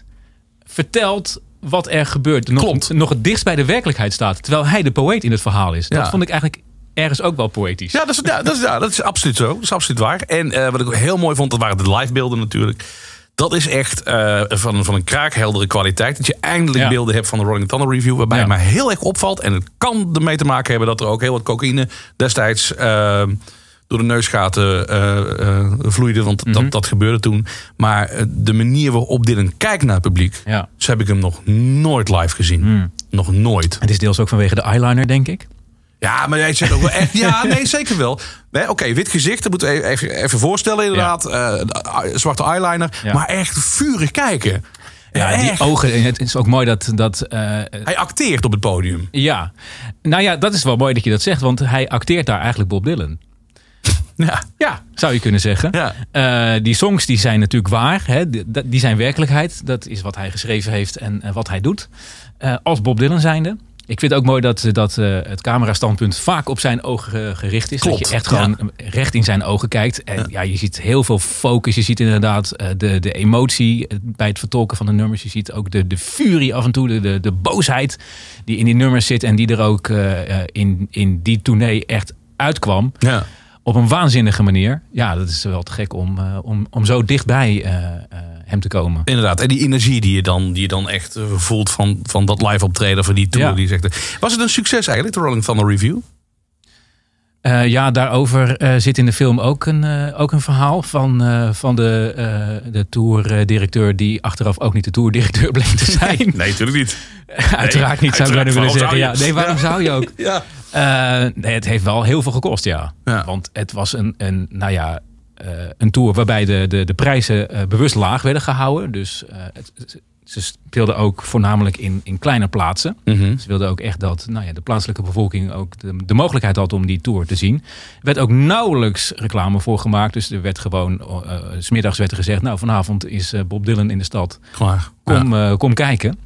S4: vertelt wat er gebeurt. Nog,
S3: Klopt.
S4: nog het dichtst bij de werkelijkheid staat. Terwijl hij de poëet in het verhaal is. Dat ja. vond ik eigenlijk ergens ook wel poëtisch.
S3: Ja, dat is, ja, dat is, ja, dat is absoluut zo. Dat is absoluut waar. En uh, wat ik heel mooi vond, dat waren de livebeelden natuurlijk. Dat is echt uh, van, van een kraakheldere kwaliteit. Dat je eindelijk ja. beelden hebt van de Rolling Thunder Review. Waarbij ja. het mij heel erg opvalt. En het kan ermee te maken hebben dat er ook heel wat cocaïne destijds... Uh, door de neusgaten uh, uh, vloeide, want mm-hmm. dat, dat gebeurde toen. Maar uh, de manier waarop Dylan kijkt naar het publiek...
S4: Ja.
S3: zo heb ik hem nog nooit live gezien. Mm. Nog nooit.
S4: Het is deels ook vanwege de eyeliner, denk ik.
S3: Ja, maar hij zegt ook wel echt... Ja, nee, zeker wel. Nee, Oké, okay, wit gezicht, dat moeten we even, even voorstellen inderdaad. Ja. Uh, zwarte eyeliner. Ja. Maar echt vurig kijken.
S4: Ja, ja, die echt. Ogen. Het is ook mooi dat... dat uh,
S3: hij acteert op het podium.
S4: Ja. Nou ja, dat is wel mooi dat je dat zegt. Want hij acteert daar eigenlijk Bob Dylan.
S3: Ja.
S4: ja, zou je kunnen zeggen.
S3: Ja.
S4: Uh, die songs die zijn natuurlijk waar. Hè? Die, die zijn werkelijkheid. Dat is wat hij geschreven heeft en uh, wat hij doet. Uh, als Bob Dylan zijnde. Ik vind het ook mooi dat, dat uh, het camerastandpunt vaak op zijn ogen gericht is.
S3: Klopt.
S4: Dat je echt gewoon ja. recht in zijn ogen kijkt. En ja. ja, je ziet heel veel focus. Je ziet inderdaad uh, de, de emotie bij het vertolken van de nummers. Je ziet ook de, de furie af en toe. De, de, de boosheid die in die nummers zit. En die er ook uh, in, in die tournee echt uitkwam.
S3: Ja.
S4: Op een waanzinnige manier. Ja, dat is wel te gek om, uh, om, om zo dichtbij uh, uh, hem te komen.
S3: Inderdaad. En die energie die je dan, die je dan echt uh, voelt van, van dat live optreden, van die tour. Ja. Die zegt, was het een succes eigenlijk, de Rolling Thunder Review?
S4: Uh, ja, daarover uh, zit in de film ook een, uh, ook een verhaal van, uh, van de, uh, de tourdirecteur die achteraf ook niet de tourdirecteur bleek te zijn.
S3: Nee, nee natuurlijk niet.
S4: Uiteraard
S3: nee,
S4: niet, zou ik bijna willen zeggen. Ja, nee, waarom
S3: ja.
S4: zou je ook?
S3: Ja.
S4: Uh, nee, het heeft wel heel veel gekost, ja.
S3: ja.
S4: Want het was een, een, nou ja, uh, een tour waarbij de, de, de prijzen uh, bewust laag werden gehouden. Dus uh, het, ze speelden ook voornamelijk in, in kleine plaatsen.
S3: Mm-hmm.
S4: Ze wilden ook echt dat nou ja, de plaatselijke bevolking ook de, de mogelijkheid had om die tour te zien. Er werd ook nauwelijks reclame voor gemaakt. Dus er werd gewoon, uh, 's middags werd er gezegd, nou vanavond is uh, Bob Dylan in de stad.
S3: Klaar.
S4: Kom,
S3: ja.
S4: uh, kom kijken.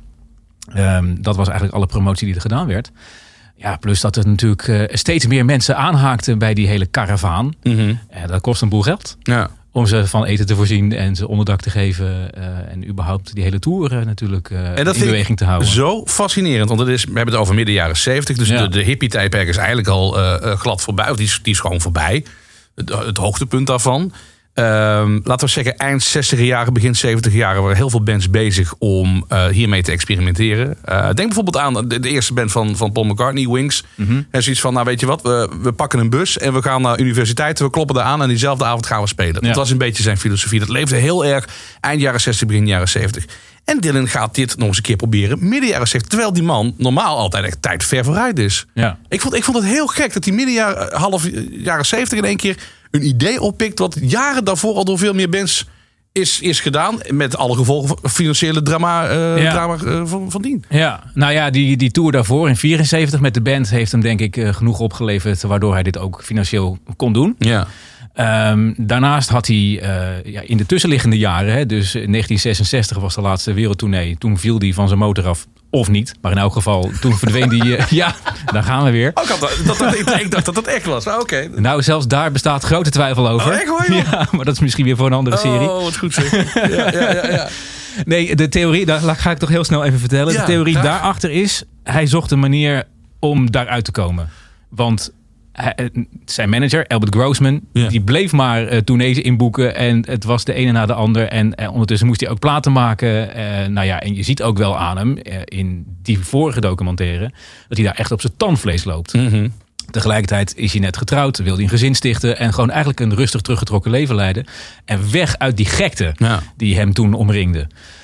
S4: Um, dat was eigenlijk alle promotie die er gedaan werd. Ja, plus dat er natuurlijk uh, steeds meer mensen aanhaakten bij die hele karavaan.
S3: Mm-hmm.
S4: Uh, dat kost een boel geld.
S3: Ja.
S4: Om ze van eten te voorzien en ze onderdak te geven. Uh, en überhaupt die hele tour uh, natuurlijk uh, in beweging te houden.
S3: Zo fascinerend. Want het is, we hebben het over midden jaren zeventig. Dus ja. de, de hippie-tijdperk is eigenlijk al uh, glad voorbij. Of die is, die is gewoon voorbij. Het, het hoogtepunt daarvan. Um, laten we zeggen eind zestiger jaren, begin zeventig jaren waren heel veel bands bezig om uh, hiermee te experimenteren. Uh, denk bijvoorbeeld aan de, de eerste band van, van Paul McCartney, Wings.
S4: Mm-hmm.
S3: En zoiets van, nou weet je wat, we, we pakken een bus en we gaan naar universiteiten, we kloppen daar aan en diezelfde avond gaan we spelen. Ja. Dat was een beetje zijn filosofie. Dat leefde heel erg eind jaren zestig, begin jaren zeventig. En Dylan gaat dit nog eens een keer proberen, midden jaren zeventig. Terwijl die man normaal altijd echt tijd ver vooruit is.
S4: Ja.
S3: Ik vond, ik vond het heel gek dat hij midden jaren, half jaren zeventig in één keer een idee oppikt wat jaren daarvoor al door veel meer bands is, is gedaan. Met alle gevolgen financiële drama, uh,
S4: ja.
S3: drama uh, van, van dien.
S4: Ja, nou ja, die, die tour daarvoor in vierenzeventig met de band heeft hem denk ik uh, genoeg opgeleverd, waardoor hij dit ook financieel kon doen.
S3: Ja.
S4: Um, daarnaast had hij uh, ja, in de tussenliggende jaren, hè, dus negentien zesenzestig was de laatste wereldtournee. Toen viel hij van zijn motor af. Of niet, maar in elk geval, toen verdween die... Uh, ja, daar gaan we weer.
S3: Oh, dat, dat, dat, ik, ik dacht dat dat echt was. Oh, okay.
S4: Nou, zelfs daar bestaat grote twijfel over.
S3: Oh, echt hoor, joh?
S4: Ja, maar dat is misschien weer voor een andere serie.
S3: Oh, wat goed zeg. Ja, ja, ja, ja.
S4: Nee, de theorie, daar ga ik toch heel snel even vertellen.
S3: Ja,
S4: de theorie
S3: graag.
S4: daarachter is, hij zocht een manier om daaruit te komen. Want hij, zijn manager, Albert Grossman,
S3: Ja.
S4: die bleef maar uh, tournees inboeken. En het was de ene na de ander. En uh, ondertussen moest hij ook platen maken. Uh, nou ja, en je ziet ook wel aan hem, uh, in die vorige documentaire, dat hij daar echt op zijn tandvlees loopt.
S3: Mm-hmm.
S4: Tegelijkertijd is hij net getrouwd, wil hij een gezin stichten en gewoon eigenlijk een rustig teruggetrokken leven leiden. En weg uit die gekte
S3: Ja.
S4: die hem toen omringde.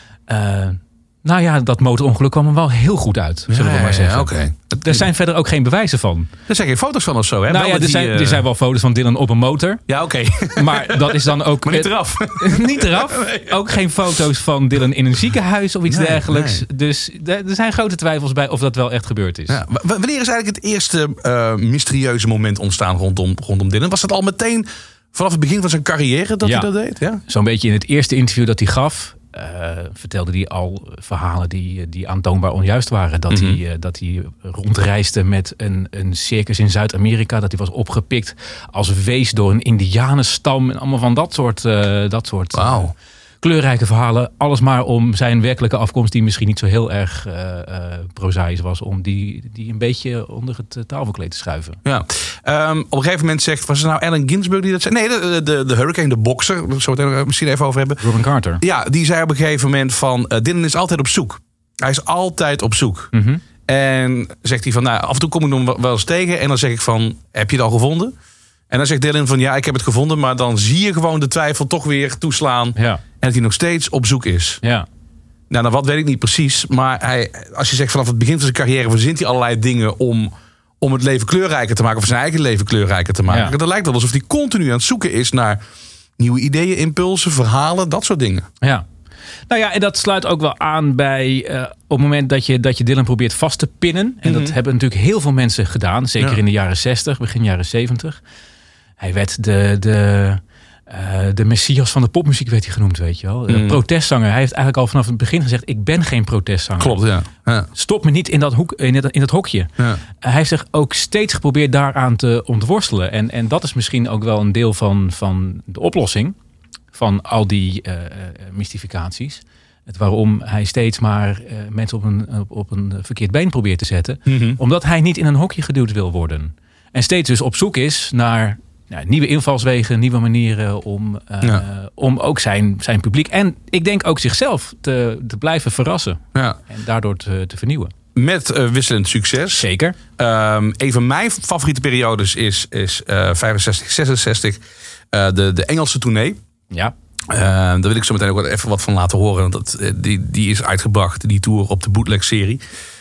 S4: Uh, nou ja, dat motorongeluk kwam hem wel heel goed uit, zullen we maar zeggen.
S3: Ja, okay.
S4: Er zijn verder ook geen bewijzen van.
S3: Er zijn geen foto's van of zo, hè?
S4: Nou
S3: Wel
S4: ja, er
S3: die,
S4: zijn,
S3: uh...
S4: er zijn wel foto's van Dylan op een motor.
S3: Ja, oké. Okay.
S4: Maar dat is dan ook...
S3: Maar niet eraf.
S4: niet eraf. Nee. Ook geen foto's van Dylan in een ziekenhuis of iets nee, dergelijks. Nee. Dus er zijn grote twijfels bij of dat wel echt gebeurd is.
S3: Ja, wanneer is eigenlijk het eerste uh, mysterieuze moment ontstaan rondom, rondom Dylan? Was dat al meteen vanaf het begin van zijn carrière dat ja. hij dat deed? Ja.
S4: Zo'n beetje in het eerste interview dat hij gaf, Uh, vertelde hij al verhalen die, die aantoonbaar onjuist waren. Dat, mm-hmm. hij, uh, dat hij rondreisde met een, een circus in Zuid-Amerika. Dat hij was opgepikt als wees door een indianenstam. En allemaal van dat soort, uh, dat soort wow. uh, kleurrijke verhalen. Alles maar om zijn werkelijke afkomst, die misschien niet zo heel erg uh, uh, prozaïs was, om die, die een beetje onder het uh, tafelkleed te schuiven.
S3: Ja. Um, op een gegeven moment zegt, was het nou Allen Ginsberg die dat zei? Nee, de, de, de Hurricane, de bokser. Daar zullen we het misschien even over hebben.
S4: Robin Carter.
S3: Ja, die zei op een gegeven moment van, uh, Dylan is altijd op zoek. Hij is altijd op zoek.
S4: Mm-hmm.
S3: En zegt hij van, nou, af en toe kom ik hem wel eens tegen. En dan zeg ik van, heb je het al gevonden? En dan zegt Dylan van, ja, ik heb het gevonden. Maar dan zie je gewoon de twijfel toch weer toeslaan.
S4: Ja.
S3: En dat hij nog steeds op zoek is.
S4: Ja.
S3: Nou, nou, wat weet ik niet precies. Maar hij, als je zegt vanaf het begin van zijn carrière verzint hij allerlei dingen om, om het leven kleurrijker te maken. Of zijn eigen leven kleurrijker te maken. Ja. Dat lijkt wel alsof hij continu aan het zoeken is naar nieuwe ideeën, impulsen, verhalen, dat soort dingen.
S4: Ja. Nou ja, en dat sluit ook wel aan bij uh, op het moment dat je, dat je Dylan probeert vast te pinnen. En mm-hmm. dat hebben natuurlijk heel veel mensen gedaan. Zeker ja. in de jaren zestig, begin jaren zeventig. Hij werd de, de, uh, de messias van de popmuziek werd hij genoemd, weet je wel. Mm. Protestzanger. Hij heeft eigenlijk al vanaf het begin gezegd, ik ben geen protestzanger.
S3: Klopt, ja. ja.
S4: Stop me niet in dat, hoek, in dat, in dat hokje. Ja. Uh, hij heeft zich ook steeds geprobeerd daaraan te ontworstelen. En, en dat is misschien ook wel een deel van, van de oplossing van al die uh, mystificaties. Het waarom hij steeds maar uh, mensen op een, op, op een verkeerd been probeert te zetten. Mm-hmm. Omdat hij niet in een hokje geduwd wil worden. En steeds dus op zoek is naar ja, nieuwe invalswegen, nieuwe manieren om, uh, ja. om ook zijn, zijn publiek en ik denk ook zichzelf te, te blijven verrassen. Ja. En daardoor te, te vernieuwen.
S3: Met uh, wisselend succes.
S4: Zeker.
S3: Um, een van mijn favoriete periodes is, is uh, vijfenzestig, zesenzestig. Uh, de, de Engelse tournee.
S4: Ja.
S3: Uh, daar wil ik zo meteen ook even wat van laten horen. Want dat, die, die is uitgebracht, die tour op de bootleg-serie.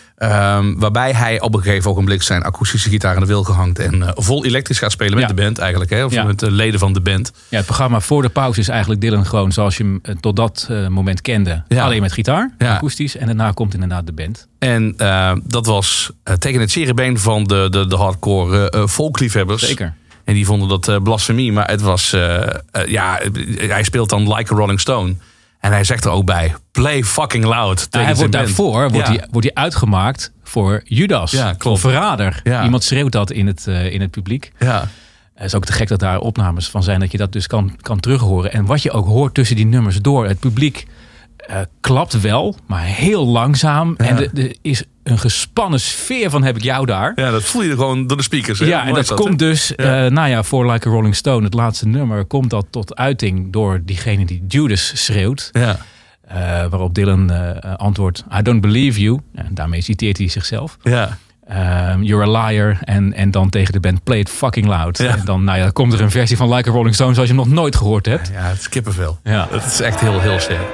S3: Um, waarbij hij op een gegeven ogenblik zijn akoestische gitaar aan de wil gehangt. En uh, vol elektrisch gaat spelen met ja. de band eigenlijk. Hè? Of ja. met de leden van de band.
S4: Ja, het programma voor de pauze is eigenlijk Dylan gewoon zoals je hem uh, tot dat uh, moment kende. Ja. Alleen met gitaar, ja. akoestisch. En daarna komt inderdaad de band.
S3: En uh, dat was uh, tegen het zere been van de, de, de hardcore uh, folkliefhebbers.
S4: Zeker.
S3: En die vonden dat uh, blasfemie. Maar het was, uh, uh, ja, hij speelt dan Like a Rolling Stone. En hij zegt er ook bij, play fucking loud.
S4: Nou, hij wordt daarvoor wordt, ja. hij, wordt hij uitgemaakt voor Judas. Ja, klopt. Of verrader. Ja. Iemand schreeuwt dat in het, uh, in het publiek.
S3: Ja.
S4: Het is ook te gek dat daar opnames van zijn. Dat je dat dus kan, kan terughoren. En wat je ook hoort tussen die nummers door. Het publiek uh, klapt wel, maar heel langzaam. Ja. En er is een gespannen sfeer van heb ik jou daar.
S3: Ja, dat voel je gewoon door de speakers. Hè?
S4: Ja, en dat, dat komt hè? dus, ja. Uh, nou ja, voor Like a Rolling Stone, het laatste nummer, komt dat tot uiting door diegene die Judas schreeuwt. Ja. Uh, waarop Dylan uh, antwoordt, I don't believe you. En daarmee citeert hij zichzelf.
S3: Ja.
S4: Um, you're a liar. En, en dan tegen de band, play it fucking loud. Ja. En dan nou ja, komt er een versie van Like a Rolling Stone zoals je nog nooit gehoord hebt.
S3: Ja, het is kippenvel. Ja. Het is echt heel, heel sterk.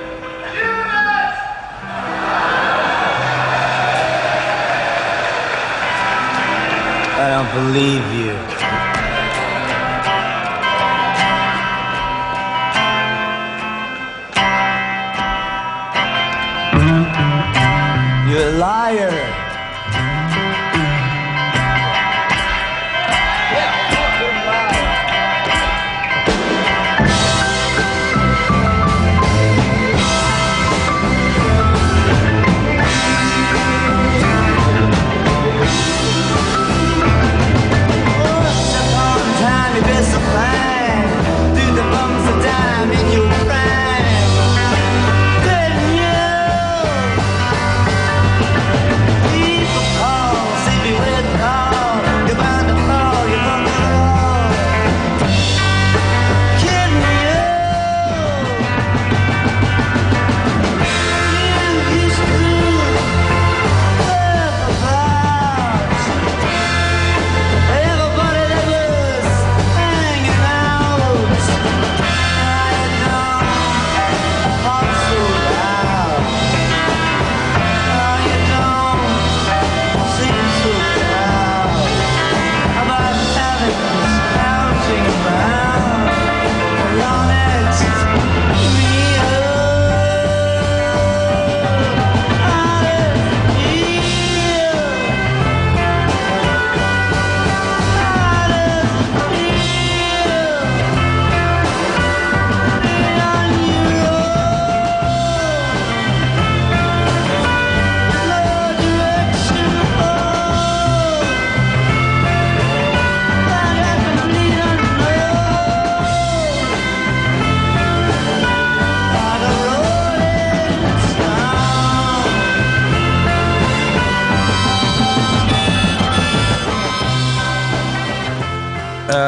S5: I don't believe you. You're a liar. Good news.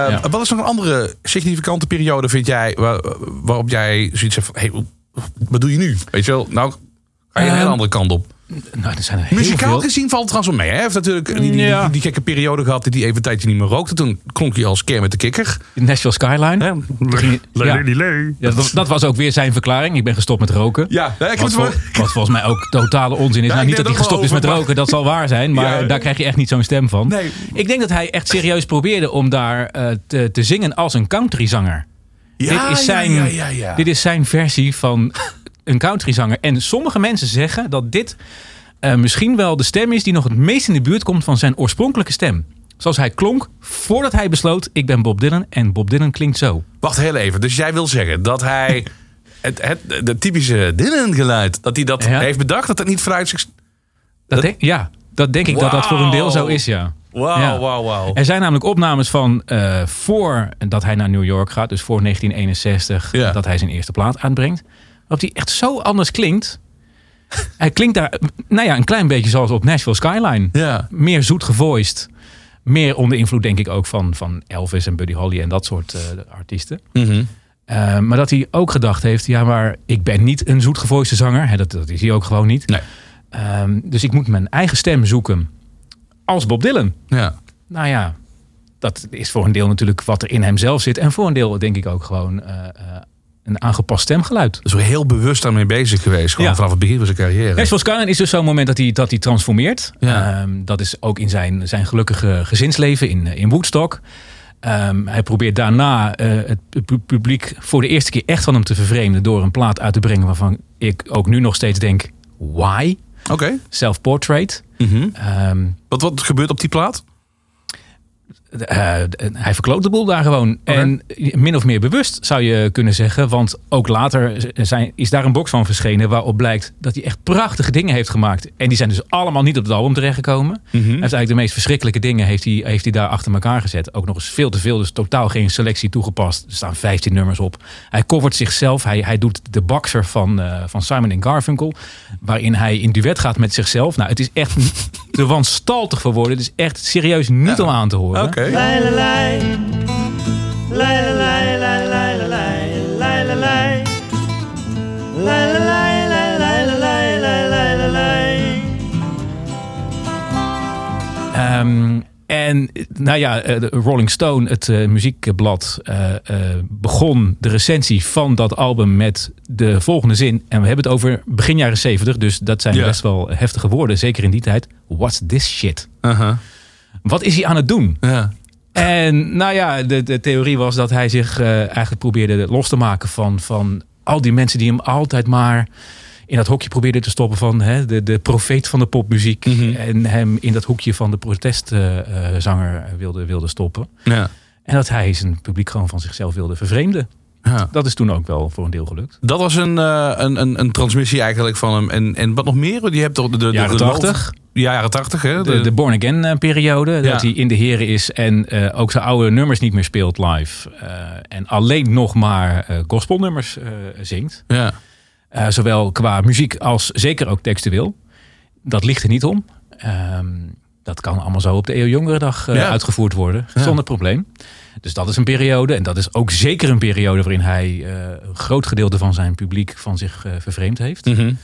S4: Ja.
S3: Wat is nog een andere significante periode, vind jij, waar, waarop jij zoiets hebt van, hey, wat doe je nu? Weet je wel, nou ga je een
S4: Um,
S3: hele andere kant op.
S4: Nou, er zijn er heel
S3: Muzikaal
S4: veel.
S3: gezien valt het trouwens wel mee. Hij heeft natuurlijk die, die,
S4: Ja.
S3: die, die gekke periode gehad dat hij even een tijdje niet meer rookte. Toen klonk hij als Kermit de Kikker.
S4: Nashville Skyline.
S3: Hè?
S4: Toen ging hij- ja. Ja, dat, dat was ook weer zijn verklaring. Ik ben gestopt met roken.
S3: Ja, ik heb
S4: Wat,
S3: het wel.
S4: vol- wat volgens mij ook totale onzin is.
S3: Ja,
S4: nou,
S3: ik
S4: niet
S3: denk
S4: dat hij
S3: dat
S4: gestopt
S3: wel
S4: is met
S3: over, maar-
S4: roken, dat zal waar zijn. Maar
S3: Ja.
S4: daar krijg je echt niet zo'n stem van.
S3: Nee.
S4: Ik denk dat hij echt serieus probeerde om daar uh, te, te zingen als een countryzanger.
S3: Ja,
S4: dit, is zijn,
S3: ja, ja, ja, ja.
S4: dit is zijn versie van een countryzanger. En sommige mensen zeggen dat dit uh, misschien wel de stem is die nog het meest in de buurt komt van zijn oorspronkelijke stem. Zoals hij klonk voordat hij besloot, ik ben Bob Dylan en Bob Dylan klinkt zo.
S3: Wacht heel even. Dus jij wil zeggen dat hij het, het de typische Dylan-geluid, dat hij dat
S4: Ja.
S3: heeft bedacht, dat het niet vanuit zich...
S4: Dat
S3: Dat-
S4: denk, ja, dat denk ik dat dat voor een deel zo
S3: Wauw.
S4: is, ja.
S3: Wauw,
S4: Ja.
S3: wauw, wauw.
S4: Er zijn namelijk opnames van uh, voor dat hij naar New York gaat, dus voor negentien eenenzestig,
S3: Ja.
S4: dat hij zijn eerste plaat aanbrengt. Waarop hij echt zo anders klinkt. Hij klinkt daar, nou ja, een klein beetje zoals op Nashville Skyline.
S3: Ja.
S4: Meer zoet gevoiced. Meer onder invloed, denk ik, ook van, van Elvis en Buddy Holly en dat soort uh, artiesten.
S3: Mhm.
S4: Uh, maar dat hij ook gedacht heeft, ja, maar ik ben niet een zoetgevoiste zanger. Hè, dat, dat is hij ook gewoon niet.
S3: Nee.
S4: Um, dus ik moet mijn eigen stem zoeken als Bob Dylan.
S3: Ja.
S4: Nou ja, dat is voor een deel natuurlijk wat er in hem zelf zit. En voor een deel denk ik ook gewoon uh, uh, een aangepast stemgeluid.
S3: Dus we're heel bewust daarmee bezig geweest. Gewoon
S4: Ja.
S3: vanaf het begin van zijn carrière.
S4: Nashville Skyline is dus zo'n moment dat hij, dat hij transformeert.
S3: Ja.
S4: Um, dat is ook in zijn, zijn gelukkige gezinsleven in, in Woodstock. Um, hij probeert daarna uh, het pu- publiek voor de eerste keer echt van hem te vervreemden door een plaat uit te brengen waarvan ik ook nu nog steeds denk, why?
S3: Oké.
S4: Self-portrait.
S3: Mhm.
S4: Um,
S3: Wat, wat gebeurt op die plaat?
S4: Uh, hij verkloot de boel daar gewoon. Okay. En min of meer bewust zou je kunnen zeggen. Want ook later zijn, is daar een box van verschenen waarop blijkt dat hij echt prachtige dingen heeft gemaakt. En die zijn dus allemaal niet op het album terechtgekomen.
S3: Mm-hmm.
S4: Hij heeft eigenlijk de meest verschrikkelijke dingen heeft hij, heeft hij daar achter elkaar gezet. Ook nog eens veel te veel, dus totaal geen selectie toegepast. Er staan vijftien nummers op. Hij covert zichzelf. Hij, hij doet de boxer van, uh, van Simon en Garfunkel. Waarin hij in duet gaat met zichzelf. Nou, het is echt te wanstaltig voor woorden. Het is echt serieus niet ja. om aan te horen.
S3: Oké. Okay.
S5: Lei, lei, lei. Lei, lei, lei, lei, lei, lei, lei, lei. Lei, lei, lei, lei, lei, lei, lei, lei.
S4: Um, en nou ja, de Rolling Stone, het uh, muziekblad, uh, uh, begon de recensie van dat album met de volgende zin. En we hebben het over begin jaren zeventig, dus dat zijn ja. best wel heftige woorden, zeker in die tijd. What's this shit?
S3: Uh-huh.
S4: Wat is hij aan het doen?
S3: Ja.
S4: En nou ja, de, de theorie was dat hij zich uh, eigenlijk probeerde los te maken van, van al die mensen die hem altijd maar in dat hokje probeerden te stoppen van hè, de, de profeet van de popmuziek. Mm-hmm. En hem in dat hoekje van de protestzanger uh, wilde, wilde stoppen.
S3: Ja.
S4: En dat hij zijn publiek gewoon van zichzelf wilde vervreemden. Ja. Dat is toen ook wel voor een deel gelukt.
S3: Dat was een, uh, een, een, een transmissie eigenlijk van hem. En, en wat nog meer? Je hebt toch de, de,
S4: jaren tachtig.
S3: Ja, jaren tachtig. Hè?
S4: De, de, de Born Again periode. Ja. Dat hij in de heren is en uh, ook zijn oude nummers niet meer speelt live. Uh, en alleen nog maar uh, gospelnummers uh, zingt.
S3: Ja.
S4: Uh, zowel qua muziek als zeker ook textueel. Dat ligt er niet om. Um, dat kan allemaal zo op de Eeuw Jongerendag uh, ja. uitgevoerd worden. Zonder ja. probleem. Dus dat is een periode. En dat is ook zeker een periode waarin hij uh, een groot gedeelte van zijn publiek van zich uh, vervreemd heeft.
S3: Mm-hmm.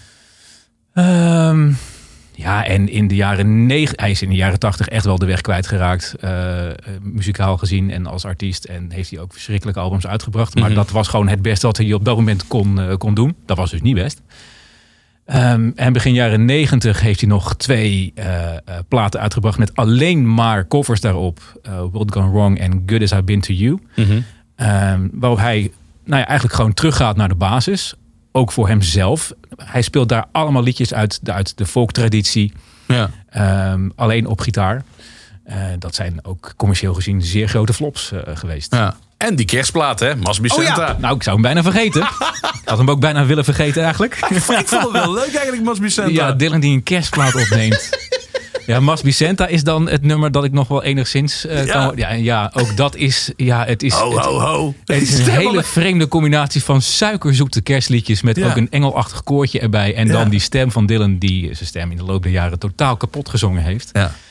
S4: Um, ja, en in de jaren negen, hij is in de jaren tachtig echt wel de weg kwijtgeraakt. Uh, uh, muzikaal gezien en als artiest. En heeft hij ook verschrikkelijke albums uitgebracht. Maar mm-hmm. dat was gewoon het beste wat hij op dat moment kon, uh, kon doen. Dat was dus niet best. Um, en begin jaren negentig heeft hij nog twee uh, uh, platen uitgebracht met alleen maar covers daarop. Uh, World Gone Wrong en Good As I've Been To You.
S3: Mm-hmm.
S4: Um, waarop hij nou ja, eigenlijk gewoon teruggaat naar de basis. Ook voor hemzelf. Hij speelt daar allemaal liedjes uit de, uit de folktraditie.
S3: Ja.
S4: Um, alleen op gitaar. Uh, dat zijn ook commercieel gezien zeer grote flops uh, geweest.
S3: Ja. En die kerstplaat, hè? Must Be Santa.
S4: Oh ja. Nou, ik zou hem bijna vergeten. Ik had hem ook bijna willen vergeten eigenlijk.
S3: Ik vond het wel leuk eigenlijk, Must Be Santa.
S4: Ja, Dylan die een kerstplaat opneemt. Ja, Must Be Santa is dan het nummer dat ik nog wel enigszins uh,
S3: ja.
S4: kan... Ja, en ja, ook dat is... Ja, het is,
S3: ho, ho, ho.
S4: Het, het is een hele vreemde combinatie van suikerzoete kerstliedjes met ja. ook een engelachtig koortje erbij. En ja. dan die stem van Dylan die zijn stem in de loop der jaren totaal kapot gezongen heeft.
S3: Ja.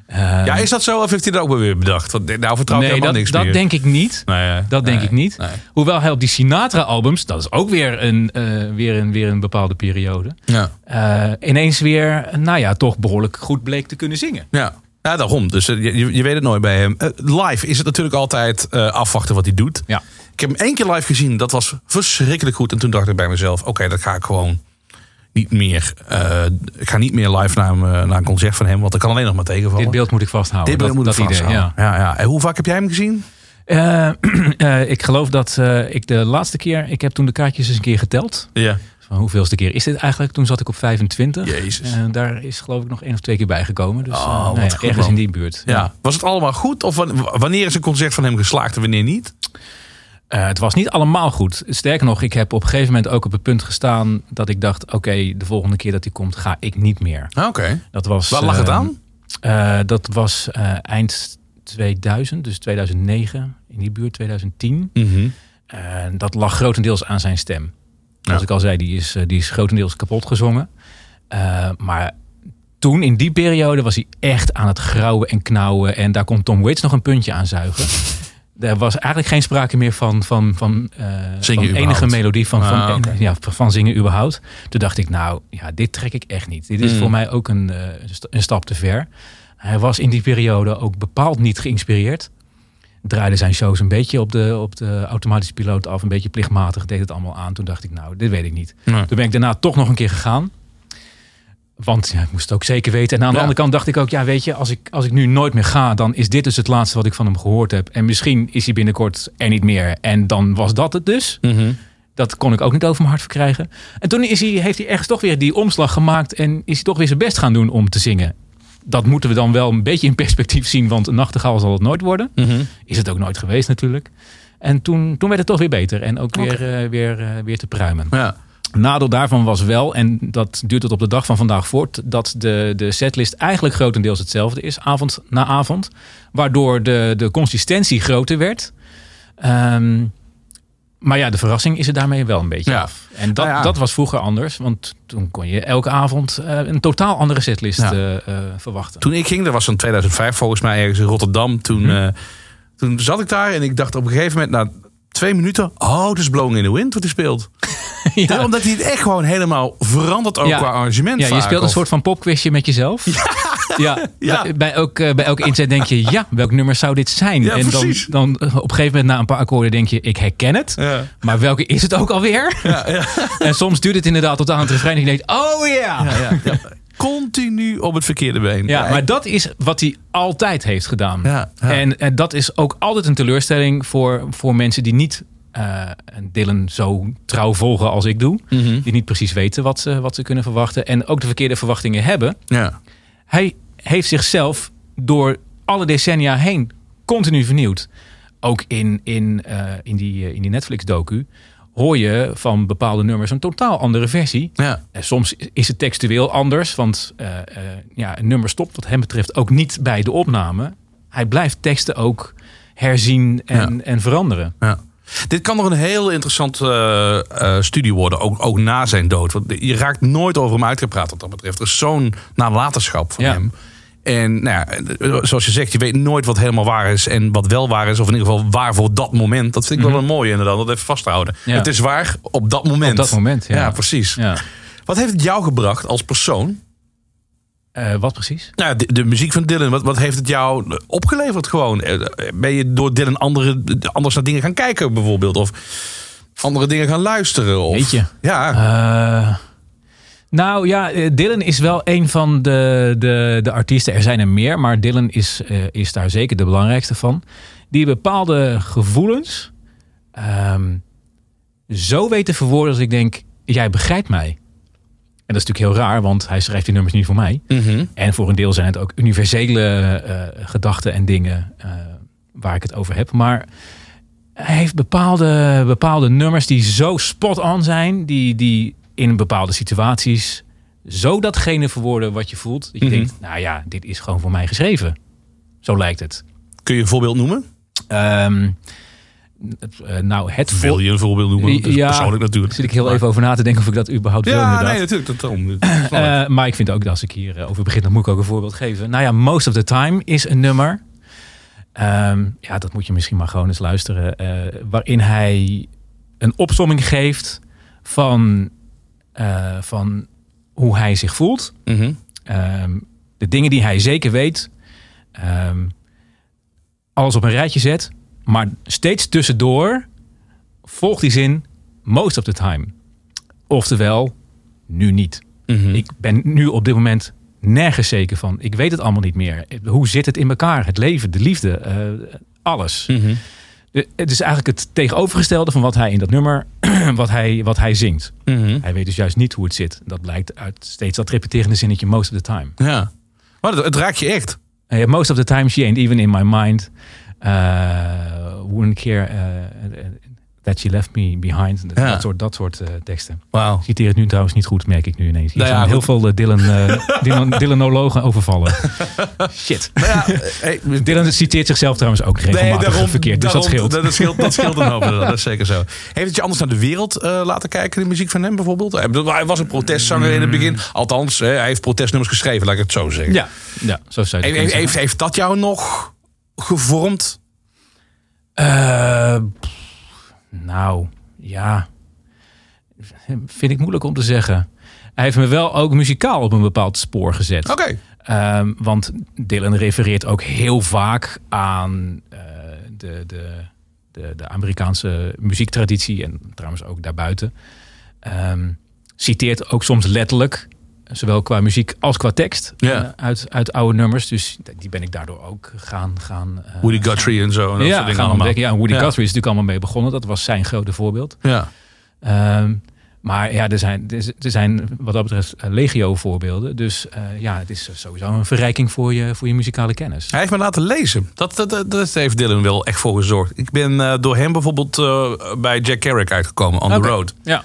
S4: Uh,
S3: ja, is dat zo of heeft hij dat ook wel weer bedacht? Want nou vertrouw ik
S4: nee,
S3: helemaal
S4: dat,
S3: niks
S4: dat
S3: meer.
S4: denk ik niet.
S3: Nee, uh,
S4: dat denk
S3: nee,
S4: ik niet.
S3: Nee.
S4: Hoewel hij op die Sinatra-albums, dat is ook weer een, uh, weer een, weer een bepaalde periode,
S3: Ja.
S4: Uh, ineens weer, nou ja, toch behoorlijk goed bleek te kunnen zingen.
S3: Ja. Ja, daarom. Dus uh, je, je weet het nooit bij hem. Uh, live is het natuurlijk altijd uh, afwachten wat hij doet.
S4: Ja.
S3: Ik heb hem één keer live gezien. Dat was verschrikkelijk goed. En toen dacht ik bij mezelf, oké, okay, dat ga ik gewoon niet meer. Uh, ik ga niet meer live naar, uh, naar een concert van hem, want ik kan alleen nog maar tegenvallen.
S4: Dit beeld moet ik vasthouden.
S3: Dit beeld
S4: dat,
S3: moet ik
S4: dat
S3: vasthouden.
S4: Idee, ja.
S3: Ja, ja. En hoe vaak heb jij hem gezien?
S4: Uh, uh, ik geloof dat uh, ik de laatste keer, ik heb toen de kaartjes eens een keer geteld.
S3: Ja.
S4: Van hoeveelste keer is dit eigenlijk? Toen zat ik op vijfentwintig.
S3: Jezus.
S4: En daar is geloof ik nog één of twee keer bijgekomen. Dus
S3: Oh,
S4: uh, nou
S3: wat
S4: ja,
S3: goed,
S4: ergens
S3: man.
S4: in die buurt.
S3: Ja. Ja. Was het allemaal goed? Of wanneer is een concert van hem geslaagd en wanneer niet?
S4: Uh, het was niet allemaal goed. Sterker nog, ik heb op een gegeven moment ook op het punt gestaan dat ik dacht, oké, okay, de volgende keer dat hij komt, ga ik niet meer.
S3: Oké. Okay.
S4: Dat was.
S3: Waar lag het
S4: uh,
S3: aan?
S4: Uh, dat was uh, eind tweeduizend, dus tweeduizend negen, in die buurt tweeduizend tien.
S3: Mm-hmm.
S4: Uh, dat lag grotendeels aan zijn stem. Zoals ja. ik al zei, die is, die is grotendeels kapot gezongen. Uh, maar toen, in die periode, was hij echt aan het grauwen en knauwen. En daar kon Tom Waits nog een puntje aan zuigen. Er was eigenlijk geen sprake meer van, van, van, uh, van enige melodie, van, ah, van, okay. ja, van zingen überhaupt. Toen dacht ik, nou, ja, dit trek ik echt niet. Dit is mm. voor mij ook een, uh, een stap te ver. Hij was in die periode ook bepaald niet geïnspireerd. Draaide zijn shows een beetje op de, op de automatische piloot af. Een beetje plichtmatig, deed het allemaal aan. Toen dacht ik, nou, dit weet ik niet. Nee. Toen ben ik daarna toch nog een keer gegaan. Want ja, ik moest het ook zeker weten. En aan de ja. andere kant dacht ik ook, ja, weet je, als ik, als ik nu nooit meer ga, dan is dit dus het laatste wat ik van hem gehoord heb. En misschien is hij binnenkort er niet meer. En dan was dat het dus.
S3: Mm-hmm.
S4: Dat kon ik ook niet over mijn hart verkrijgen. En toen is hij, heeft hij ergens toch weer die omslag gemaakt. En is hij toch weer zijn best gaan doen om te zingen. Dat moeten we dan wel een beetje in perspectief zien. Want een nachtegaal zal het nooit worden.
S3: Mm-hmm.
S4: Is het ook nooit geweest natuurlijk. En toen, toen werd het toch weer beter. En ook weer, okay. uh, weer, uh, weer te pruimen.
S3: Ja.
S4: Nadeel daarvan was wel, en dat duurt tot op de dag van vandaag voort, dat de, de setlist eigenlijk grotendeels hetzelfde is, avond na avond. Waardoor de, de consistentie groter werd. Um, maar ja, de verrassing is er daarmee wel een beetje ja. af. En dat, nou ja. dat was vroeger anders, want toen kon je elke avond uh, een totaal andere setlist ja. uh, uh, verwachten.
S3: Toen ik ging, dat was in tweeduizend vijf volgens mij ergens in Rotterdam. Toen, hm. uh, toen zat ik daar en ik dacht op een gegeven moment, nou, twee minuten, oh, het is Blowing in the Wind wat hij speelt. Ja. Ja, omdat hij het echt gewoon helemaal verandert ook ja. qua arrangement.
S4: Ja, je speelt een
S3: of...
S4: soort van popquizje met jezelf. Ja. Ja. Ja. Bij, bij, elk, bij elke inzet denk je, ja, welk nummer zou dit zijn?
S3: Ja,
S4: en dan, dan op een gegeven moment na een paar akkoorden denk je, ik herken het.
S3: Ja.
S4: Maar welke is het ook alweer? Ja, ja. En soms duurt het inderdaad tot aan het refrein en je denkt, oh ja.
S3: Ja, ja, ja. Continu op het verkeerde been.
S4: Ja, maar dat is wat hij altijd heeft gedaan.
S3: Ja, ja.
S4: En, en dat is ook altijd een teleurstelling voor, voor mensen die niet Uh, Dylan zo trouw volgen als ik doe.
S3: Mm-hmm.
S4: Die niet precies weten wat ze, wat ze kunnen verwachten. En ook de verkeerde verwachtingen hebben.
S3: Ja.
S4: Hij heeft zichzelf door alle decennia heen continu vernieuwd. Ook in, in, uh, in die, uh, in die Netflix-docu hoor je van bepaalde nummers een totaal andere versie.
S3: Ja.
S4: Uh, soms is het textueel anders. Want uh, uh, ja, een nummer stopt wat hem betreft ook niet bij de opname. Hij blijft teksten ook herzien en, ja. en veranderen.
S3: Ja. Dit kan nog een heel interessante uh, uh, studie worden, ook, ook na zijn dood. Want je raakt nooit over hem uitgepraat wat dat betreft. Er is zo'n nalatenschap van ja. hem. En nou ja, zoals je zegt, je weet nooit wat helemaal waar is en wat wel waar is. Of in ieder geval waar voor dat moment. Dat vind ik mm-hmm. wel een mooie inderdaad, dat even vasthouden. Ja. Het is waar op dat moment.
S4: Op dat moment, ja.
S3: Ja, precies.
S4: Ja.
S3: Wat heeft het jou gebracht als persoon?
S4: Uh, wat precies?
S3: Nou, de, de muziek van Dylan, wat, wat heeft het jou opgeleverd gewoon? Ben je door Dylan andere, anders naar dingen gaan kijken bijvoorbeeld? Of andere dingen gaan luisteren? Of,
S4: Weet je?
S3: Ja.
S4: Uh, nou ja, Dylan is wel een van de, de, de artiesten. Er zijn er meer, maar Dylan is, uh, is daar zeker de belangrijkste van. Die bepaalde gevoelens um, zo weet te verwoorden dat ik denk, jij begrijpt mij. En dat is natuurlijk heel raar, want hij schrijft die nummers niet voor mij.
S3: Mm-hmm.
S4: En voor een deel zijn het ook universele uh, gedachten en dingen uh, waar ik het over heb. Maar hij heeft bepaalde, bepaalde nummers die zo spot-on zijn. Die, die in bepaalde situaties zo datgene verwoorden wat je voelt. Dat je mm-hmm. denkt, nou ja, dit is gewoon voor mij geschreven. Zo lijkt het.
S3: Kun je een voorbeeld noemen?
S4: Um, Uh, nou, het
S3: Wil je een voorbeeld noemen? Dus
S4: ja,
S3: persoonlijk natuurlijk.
S4: Zit ik heel
S3: maar...
S4: even over na te denken of ik dat überhaupt wil.
S3: Ja,
S4: inderdaad.
S3: nee, natuurlijk. Dat, dat, dat
S4: uh, maar ik vind ook dat als ik hier uh, over begin, dan moet ik ook een voorbeeld geven. Nou ja, Most of the Time is een nummer. Um, ja, dat moet je misschien maar gewoon eens luisteren. Uh, waarin hij een opsomming geeft van, uh, van hoe hij zich voelt.
S3: Mm-hmm.
S4: Um, de dingen die hij zeker weet. Um, alles op een rijtje zet. Maar steeds tussendoor volgt die zin most of the time. Oftewel, nu niet.
S3: Mm-hmm. Ik
S4: ben nu op dit moment nergens zeker van. Ik weet het allemaal niet meer. Hoe zit het in elkaar? Het leven, de liefde, uh, alles.
S3: Mm-hmm.
S4: De, het is eigenlijk het tegenovergestelde van wat hij in dat nummer, wat hij, wat hij zingt.
S3: Mm-hmm.
S4: Hij weet dus juist niet hoe het zit. Dat blijkt uit steeds dat repeterende zinnetje most of the time.
S3: Ja, maar het, het raakt je echt.
S4: Uh, most of the time she ain't even in my mind. Uh, wouldn't care uh, that she left me behind.
S3: Ja.
S4: Dat soort, dat soort uh, teksten.
S3: Wauw.
S4: Ik citeer het nu trouwens niet goed, merk ik nu ineens. Hier
S3: Nou ja,
S4: zijn heel
S3: goed.
S4: veel uh, Dylan, uh, Dylan, Dylanologen overvallen. Shit.
S3: Nou ja, hey,
S4: Dylan citeert zichzelf trouwens ook regelmatig
S3: nee, daarom,
S4: verkeerd. Dus
S3: daarom,
S4: dat scheelt.
S3: Dat, dat scheelt. Dat scheelt een hoop. Dat is zeker zo. Heeft het je anders naar de wereld uh, laten kijken, de muziek van hem bijvoorbeeld? Hij was een protestzanger in het begin. Althans, hè, hij heeft protestnummers geschreven, laat ik het zo zeggen.
S4: Ja, ja zo zou je het
S3: heeft, heeft, heeft dat jou nog gevormd?
S4: Uh, nou, ja. Vind ik moeilijk om te zeggen. Hij heeft me wel ook muzikaal op een bepaald spoor gezet.
S3: Oké. Okay.
S4: Um, want Dylan refereert ook heel vaak aan uh, de, de, de, de Amerikaanse muziektraditie. En trouwens ook daarbuiten. Um, citeert ook soms letterlijk. Zowel qua muziek als qua tekst.
S3: Ja.
S4: Uh, uit, uit oude nummers. Dus die ben ik daardoor ook gaan... gaan uh,
S3: Woody Guthrie en zo. En dat
S4: ja,
S3: soort dingen
S4: gaan
S3: allemaal.
S4: ontdekken. Ja, Woody
S3: ja.
S4: Guthrie is natuurlijk allemaal mee begonnen. Dat was zijn grote voorbeeld.
S3: Ja.
S4: Um, maar ja, er zijn, er zijn wat dat betreft legio voorbeelden. Dus uh, ja, het is sowieso een verrijking voor je, voor je muzikale kennis.
S3: Hij heeft me laten lezen. Dat, dat, dat, dat heeft Dylan wel echt voor gezorgd. Ik ben uh, door hem bijvoorbeeld uh, bij Jack Kerouac uitgekomen. On okay. the Road.
S4: Ja.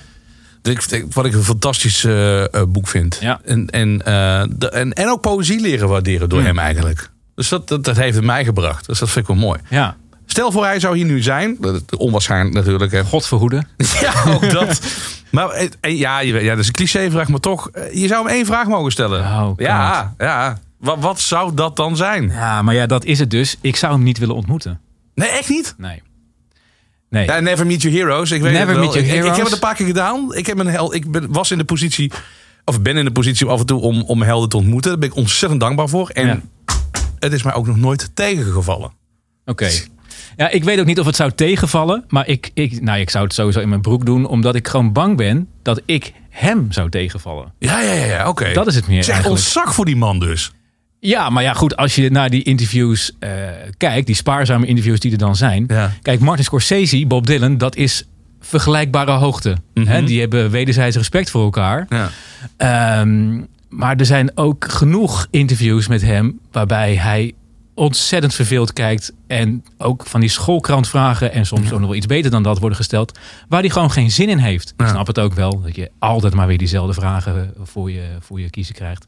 S3: Wat ik een fantastisch uh, uh, boek vind.
S4: Ja.
S3: En, en, uh, de, en, en ook poëzie leren waarderen door mm. hem eigenlijk. Dus dat, dat, dat heeft het mij gebracht. Dus dat vind ik wel mooi.
S4: Ja.
S3: Stel voor hij zou hier nu zijn. Onwaarschijnlijk natuurlijk. Hè.
S4: God verhoede.
S3: Ja, ook dat. Maar ja, ja, dat is een clichévraag. Maar toch, je zou hem één vraag mogen stellen.
S4: Oh,
S3: ja, ja. Wat, wat zou dat dan zijn?
S4: Ja, maar ja, dat is het dus. Ik zou hem niet willen ontmoeten.
S3: Nee, echt niet?
S4: Nee. Nee.
S3: Ja, never meet your heroes. Ik weet
S4: never
S3: het wel.
S4: meet your
S3: ik,
S4: heroes.
S3: Ik, ik heb het een paar keer gedaan. Ik, heb een hel, ik ben, was in de positie, of ben in de positie af en toe om, om helden te ontmoeten. Daar ben ik ontzettend dankbaar voor. En ja. het is mij ook nog nooit tegengevallen.
S4: Oké. Okay. Ja, ik weet ook niet of het zou tegenvallen. Maar ik, ik, nou, ik zou het sowieso in mijn broek doen. Omdat ik gewoon bang ben dat ik hem zou tegenvallen.
S3: Ja, ja, ja. ja oké. Okay.
S4: Dat is het meer.
S3: Zeg, ontzag voor die man dus.
S4: Ja, maar ja, goed. Als je naar die interviews uh, kijkt. Die spaarzame interviews die er dan zijn.
S3: Ja.
S4: Kijk, Martin Scorsese, Bob Dylan. Dat is vergelijkbare hoogte. Mm-hmm. Hè? Die hebben wederzijds respect voor elkaar. Ja. Um, maar er zijn ook genoeg interviews met hem. Waarbij hij ontzettend verveeld kijkt. En ook van die schoolkrantvragen. En soms ja. ook nog wel iets beter dan dat worden gesteld. Waar hij gewoon geen zin in heeft. Ja. Ik snap het ook wel. Dat je altijd maar weer diezelfde vragen voor je, voor je kiezen krijgt.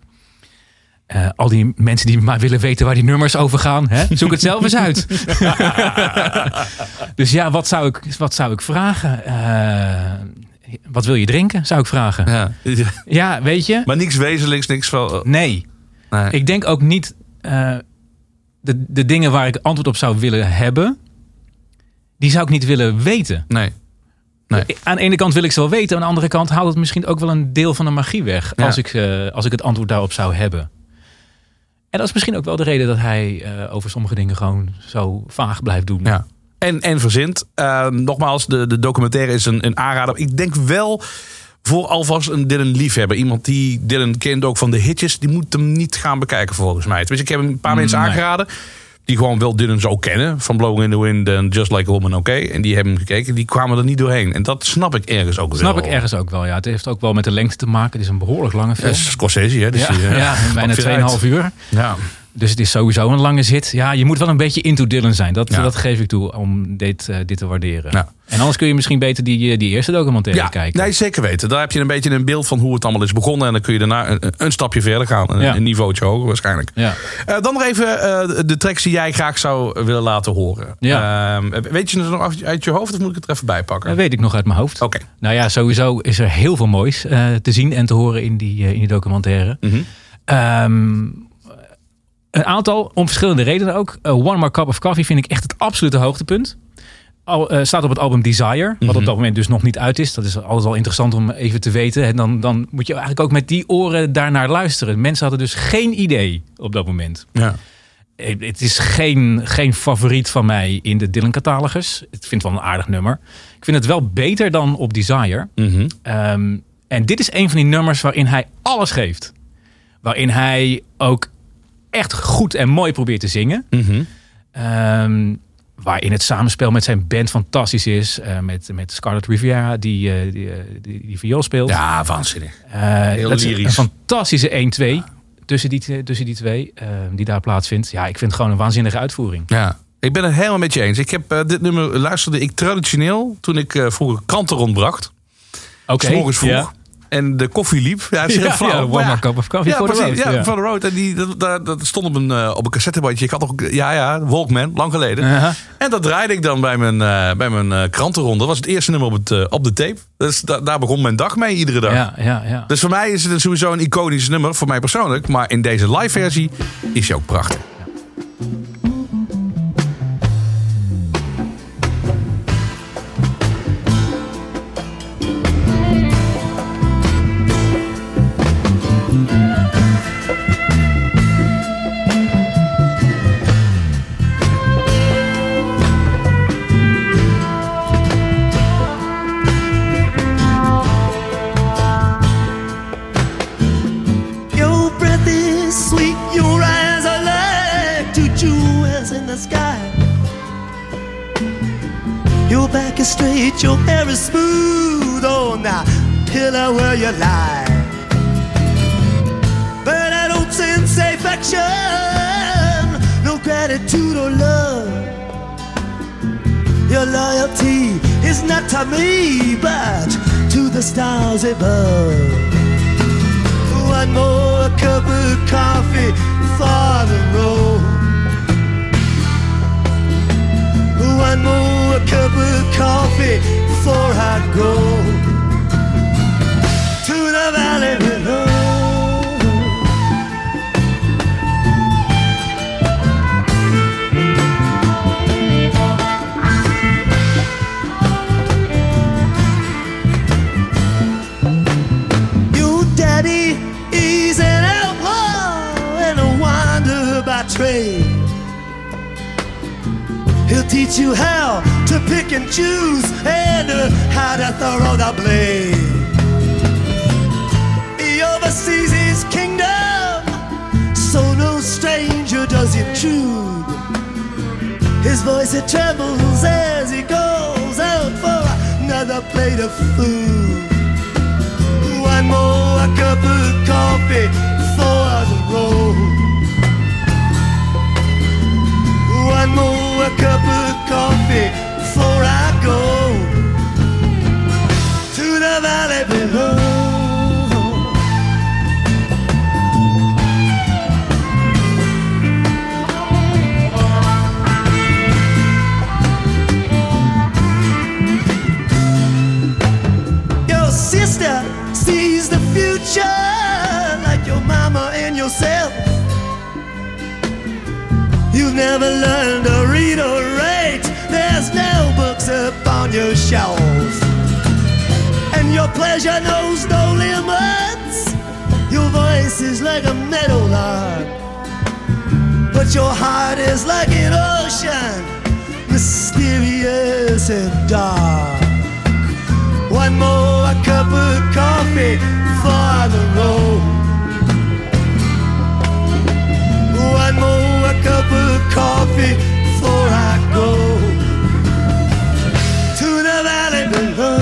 S4: Uh, al die mensen die maar willen weten waar die nummers over gaan. Hè? Zoek het zelf eens uit. Dus ja, wat zou ik, wat zou ik vragen? Uh, wat wil je drinken? Zou ik vragen.
S3: Ja.
S4: Ja, weet je.
S3: Maar niks wezenlijks, niks van...
S4: Nee. nee. Ik denk ook niet... Uh, de, de dingen waar ik antwoord op zou willen hebben... die zou ik niet willen weten.
S3: Nee. Nee.
S4: Aan de ene kant wil ik ze wel weten. Aan de andere kant haalt het misschien ook wel een deel van de magie weg. Ja. Als, ik, uh, als ik het antwoord daarop zou hebben. En dat is misschien ook wel de reden dat hij uh, over sommige dingen gewoon zo vaag blijft doen.
S3: Ja. En, en verzint. Uh, nogmaals, de, de documentaire is een, een aanrader. Ik denk wel voor alvast een Dylan-liefhebber. Iemand die Dylan kent ook van de hitjes. Die moet hem niet gaan bekijken volgens mij. Tenminste, ik heb een paar mensen nee. aangeraden. Die gewoon wel Dylan zo kennen. Van Blowing in the Wind en Just Like a Woman, oké. Okay. En die hebben hem gekeken. Die kwamen er niet doorheen. En dat snap ik ergens ook
S4: snap
S3: wel.
S4: Snap ik ergens ook wel, ja. Het heeft ook wel met de lengte te maken. Het is een behoorlijk lange film.
S3: Ja, Scorsese, hè. Dus
S4: ja,
S3: die,
S4: ja, ja bijna tweeënhalf uur.
S3: Ja.
S4: Dus het is sowieso een lange zit. Ja, je moet wel een beetje into Dylan zijn. Dat,
S3: Ja.
S4: dat geef ik toe om dit, uh, dit te waarderen.
S3: Ja.
S4: En anders kun je misschien beter die, die eerste documentaire
S3: Ja,
S4: kijken.
S3: nee, zeker weten. Daar heb je een beetje een beeld van hoe het allemaal is begonnen. En dan kun je daarna een, een stapje verder gaan. Een,
S4: Ja.
S3: een niveautje hoger waarschijnlijk.
S4: Ja.
S3: Uh, dan nog even uh, de tracks die jij graag zou willen laten horen.
S4: Ja.
S3: Uh, weet je het nog uit je hoofd of moet ik het er even bij pakken?
S4: Dat weet ik nog uit mijn hoofd.
S3: Oké.
S4: Nou ja, sowieso is er heel veel moois uh, te zien en te horen in die, uh, in die documentaire.
S3: Mm-hmm.
S4: Um, een aantal, om verschillende redenen ook. Uh, One More Cup of Coffee vind ik echt het absolute hoogtepunt. Al, uh, staat op het album Desire, wat
S3: Mm-hmm.
S4: op dat moment dus nog niet uit is. Dat is altijd al interessant om even te weten. En dan, dan moet je eigenlijk ook met die oren daarnaar luisteren. Mensen hadden dus geen idee op dat moment.
S3: Ja.
S4: Het is geen, geen favoriet van mij in de Dylan-catalogus. Ik vind het wel een aardig nummer. Ik vind het wel beter dan op Desire.
S3: Mm-hmm.
S4: Um, en dit is een van die nummers waarin hij alles geeft. Waarin hij ook echt goed en mooi probeert te zingen.
S3: Mm-hmm.
S4: Um, waarin het samenspel met zijn band fantastisch is. Uh, met, met Scarlett Riviera die, uh, die, uh, die, die viool speelt.
S3: Ja, waanzinnig.
S4: Uh,
S3: Heel
S4: dat is
S3: lyrisch.
S4: een fantastische één twee tussen, die, tussen die twee uh, die daar plaatsvindt. Ja, ik vind het gewoon een waanzinnige uitvoering.
S3: Ja. Ik ben het helemaal met je eens. Ik heb uh, dit nummer luisterde ik traditioneel toen ik uh, vroeger kranten rondbracht.
S4: Oké.
S3: 's morgens vroeg.
S4: Ja.
S3: En de koffie liep. Ja, het is heel
S4: Ja,
S3: flauw.
S4: ja,
S3: Maar
S4: One
S3: ja.
S4: More Cup of Coffee
S3: Ja,
S4: for the
S3: precies.
S4: road.
S3: Ja,
S4: Ja.
S3: for the road. En die, dat, dat, dat stond op een, uh, op een cassettebandje. Ik had ook, ja, ja, Walkman, lang geleden.
S4: Uh-huh.
S3: En dat draaide ik dan bij mijn, uh, bij mijn uh, krantenronde. Dat was het eerste nummer op, het, uh, op de tape. Dus da- daar begon mijn dag mee, iedere dag.
S4: Ja, ja, ja.
S3: Dus voor mij is het sowieso een iconisch nummer, voor mij persoonlijk. Maar in deze live versie is hij ook prachtig.
S5: Your breath is sweet, your eyes are like two jewels in the sky. Your back is straight, your hair is smooth on the pillow where you lie. But I don't sense affection, no gratitude or love. Your loyalty is not to me, but to the stars above. One more cup of coffee for the road. One more cup of coffee before I go to the valley below. Your daddy is an outlaw and a wanderer by trade. He'll teach you how to pick and choose and uh, how to throw the blade. He oversees his kingdom, so no stranger does intrude. His voice it trembles as he goes out for another plate of food. One more cup of coffee for the road. One more cup of coffee before I go to the valley below. Your sister sees the future like your mama and yourself. You've never learned to read or write. There's no books up on your shelf. And your pleasure knows no limits. Your voice is like a meadowlark. But your heart is like an ocean, mysterious and dark. One more cup of coffee for the road. One more cup of coffee before I go to the valley below.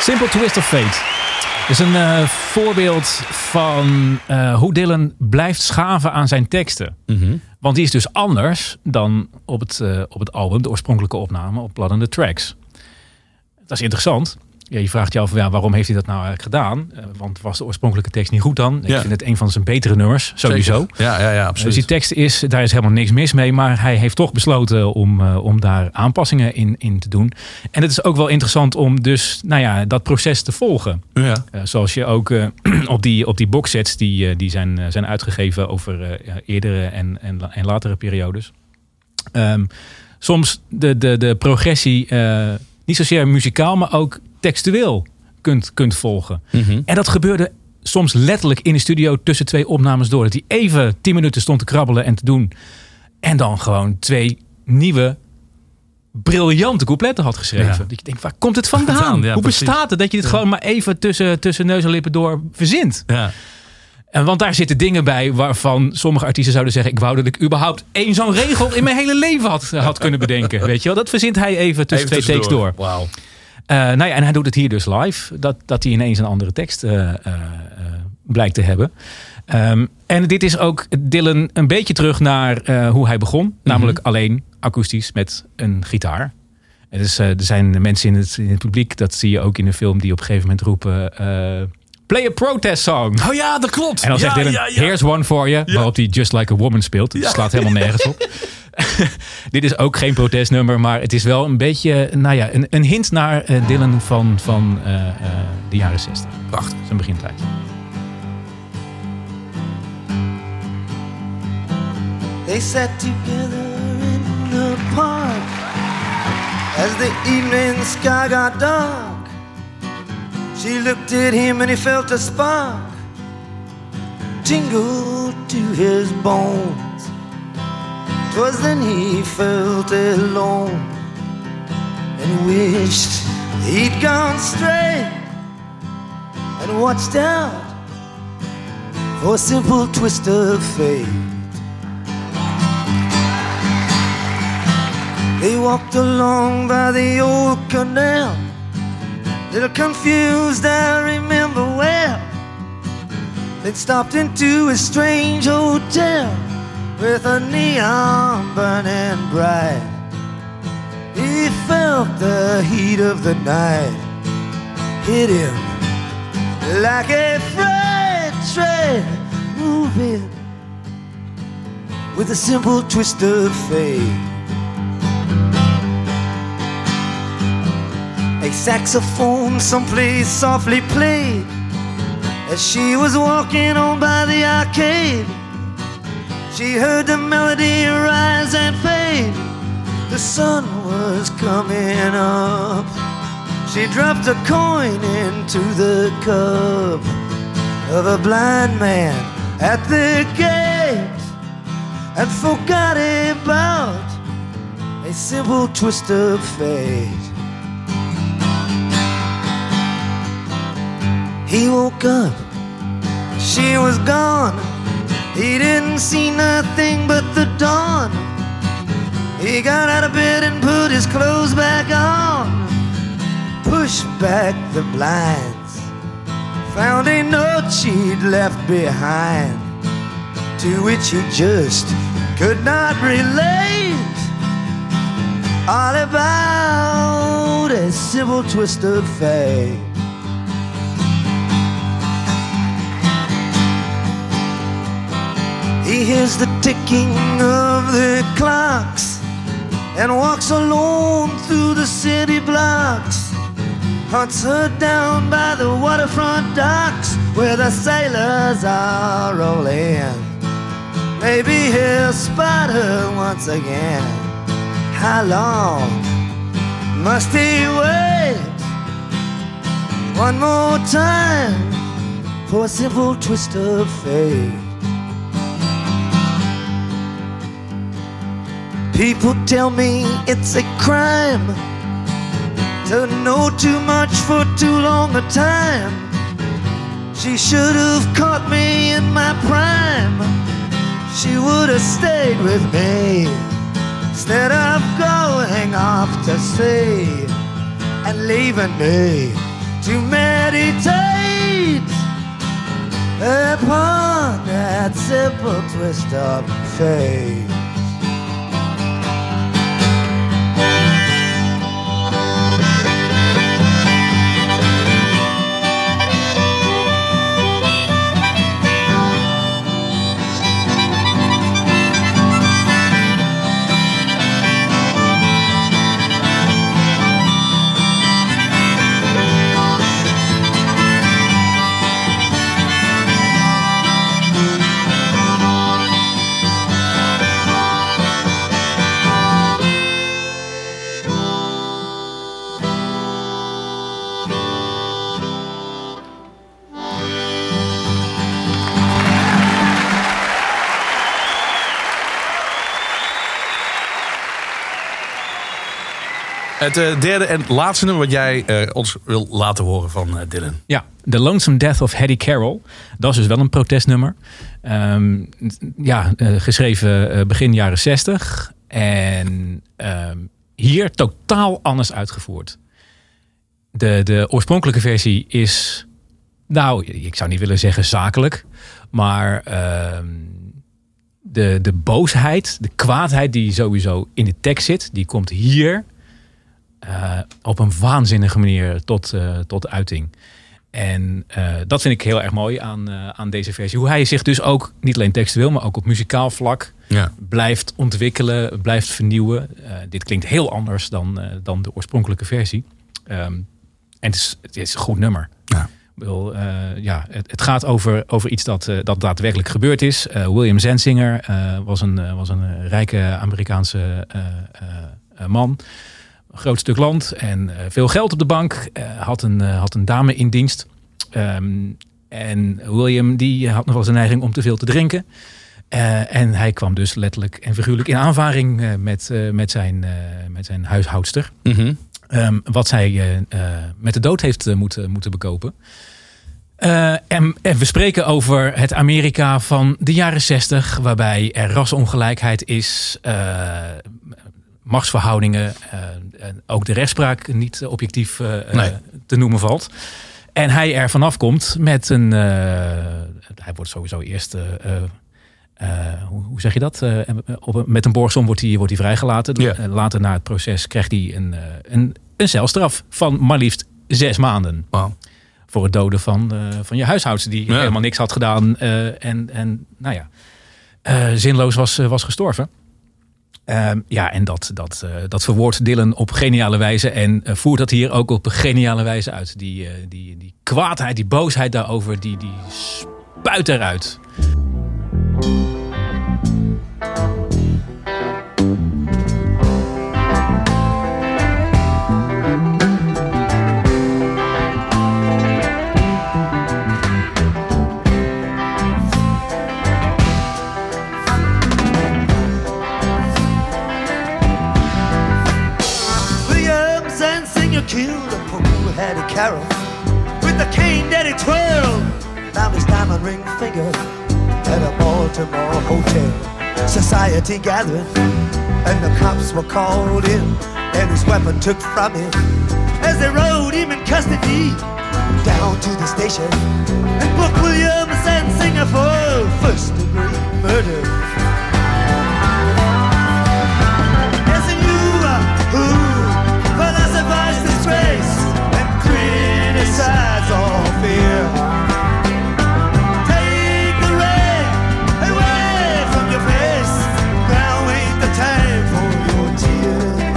S4: Simple Twist of Fate. Het is een uh, voorbeeld van uh, hoe Dylan blijft schaven aan zijn teksten. Mm-hmm. Want die is dus anders dan op het, uh, op het album, de oorspronkelijke opname op Blood on the Tracks. Dat is interessant. Ja, je vraagt je af, ja, waarom heeft hij dat nou eigenlijk gedaan? Uh, want was de oorspronkelijke tekst niet goed dan? Ja. Ik vind het een van zijn betere nummers, sowieso.
S3: Ja, ja, ja, absoluut.
S4: Dus die tekst is, daar is helemaal niks mis mee. Maar hij heeft toch besloten om, uh, om daar aanpassingen in, in te doen. En het is ook wel interessant om dus, nou ja, dat proces te volgen. Ja. Uh, zoals je ook uh, op die, op die boxsets die, uh, die zijn, uh, zijn uitgegeven over uh, eerdere en, en, en latere periodes. Um, soms de, de, de progressie, uh, niet zozeer muzikaal, maar ook textueel kunt, kunt volgen. Mm-hmm. En dat gebeurde soms letterlijk in de studio tussen twee opnames door. Dat hij even tien minuten stond te krabbelen en te doen. En dan gewoon twee nieuwe, briljante coupletten had geschreven. Ja. Dat je denkt, waar komt het vandaan? Ja, Hoe precies. bestaat het dat je dit ja. gewoon maar even tussen, tussen neus en lippen door verzint? Ja. En want daar zitten dingen bij waarvan sommige artiesten zouden zeggen, ik wou dat ik überhaupt één zo'n regel in mijn hele leven had, had kunnen bedenken. Weet je wel? Dat verzint hij even tussen even twee takes door.
S3: Wauw.
S4: Uh, nou ja, en hij doet het hier dus live. Dat, dat hij ineens een andere tekst uh, uh, uh, blijkt te hebben. Um, en dit is ook Dylan een beetje terug naar uh, hoe hij begon. Mm-hmm. Namelijk alleen akoestisch met een gitaar. En dus, uh, er zijn mensen in het, in het publiek, dat zie je ook in de film, die op een gegeven moment roepen, Uh, play a protest song.
S3: Oh ja, dat klopt.
S4: En dan
S3: ja,
S4: zegt Dylan,
S3: ja, ja.
S4: here's one for you. Ja. Waarop hij Just Like a Woman speelt. Dat ja. slaat helemaal nergens op. Dit is ook geen protestnummer, maar het is wel een beetje, nou ja, een, een hint naar uh, Dylan van, van uh, uh, de jaren zestig.
S3: Prachtig.
S4: Zijn begintijd.
S5: They sat together in the park as the evening sky got dark. She looked at him and he felt a spark tingle to his bones. 'Twas then he felt alone and wished he'd gone straight and watched out for a simple twist of fate. They walked along by the old canal, little confused, I remember well. They stopped into a strange hotel with a neon burning bright. He felt the heat of the night hit him like a freight train moving with a simple twist of fate. A saxophone someplace softly played as she was walking on by the arcade. She heard the melody rise and fade. The sun was coming up. She dropped a coin into the cup of a blind man at the gate and forgot about a simple twist of fate. He woke up, she was gone. He didn't see nothing but the dawn. He got out of bed and put his clothes back on, pushed back the blinds, found a note she'd left behind, to which he just could not relate. All about a simple twist of fate. He hears the ticking of the clocks and walks alone through the city blocks. Hunts her down by the waterfront docks where the sailors are rolling. Maybe he'll spot her once again. How long must he wait? One more time for a simple twist of fate. People tell me it's a crime to know too much for too long a time. She should have caught me in my prime. She would have stayed with me instead of going off to sea and leaving me to meditate upon that simple twist of fate.
S3: Het uh, derde en laatste nummer wat jij uh, ons wil laten horen van uh, Dylan.
S4: Ja, The Lonesome Death of Hattie Carroll. Dat is dus wel een protestnummer. Um, ja, uh, geschreven uh, begin jaren zestig. En um, hier totaal anders uitgevoerd. De, de oorspronkelijke versie is, nou, ik zou niet willen zeggen zakelijk. Maar uh, de, de boosheid, de kwaadheid die sowieso in de tekst zit, die komt hier uh, op een waanzinnige manier tot, uh, tot uiting. En uh, dat vind ik heel erg mooi aan, uh, aan deze versie. Hoe hij zich dus ook, niet alleen textueel, maar ook op muzikaal vlak ja. blijft ontwikkelen, blijft vernieuwen. Uh, dit klinkt heel anders dan, uh, dan de oorspronkelijke versie. Um, en het is, het is een goed nummer. Ja. Ik bedoel, uh, ja, het, het gaat over, over iets dat, uh, dat daadwerkelijk gebeurd is. Uh, William Zenzinger uh, was, een, uh, was een rijke Amerikaanse uh, uh, man. Een groot stuk land en uh, veel geld op de bank. Uh, had, een, uh, had een dame in dienst. Um, en William die had nog wel eens een neiging om te veel te drinken. Uh, en hij kwam dus letterlijk en figuurlijk in aanvaring uh, met, uh, met, zijn, uh, met zijn huishoudster. Mm-hmm. Um, wat zij uh, uh, met de dood heeft uh, moeten, moeten bekopen. Uh, en, en we spreken over het Amerika van de jaren zestig. Waarbij er rasongelijkheid is. Uh, machtsverhoudingen. Uh, en ook de rechtspraak niet objectief uh, nee. uh, te noemen valt. En hij er vanaf komt met een... Uh, hij wordt sowieso eerst... Uh, uh, hoe, hoe zeg je dat? Uh, op een, met een borgsom wordt hij, wordt hij vrijgelaten. Ja. Uh, later na het proces krijgt hij een, uh, een, een celstraf van maar liefst zes maanden. Wow. Voor het doden van, uh, van je huishoudster die ja. helemaal niks had gedaan. Uh, en, en nou ja, uh, zinloos was, uh, was gestorven. Uh, ja, en dat, dat, uh, dat verwoordt Dylan op geniale wijze. En uh, voert dat hier ook op geniale wijze uit. Die, uh, die, die kwaadheid, die boosheid daarover, die, die spuit eruit.
S5: Killed a poor Hattie Carroll with the cane that he twirled down his diamond ring finger at a Baltimore hotel. Society gathered and the cops were called in and his weapon took from him as they rode him in custody down to the station and booked William Zenzinger for first degree murder. As a you who and criticize all fear. Take the rain away from your face. Now ain't the time for your tears.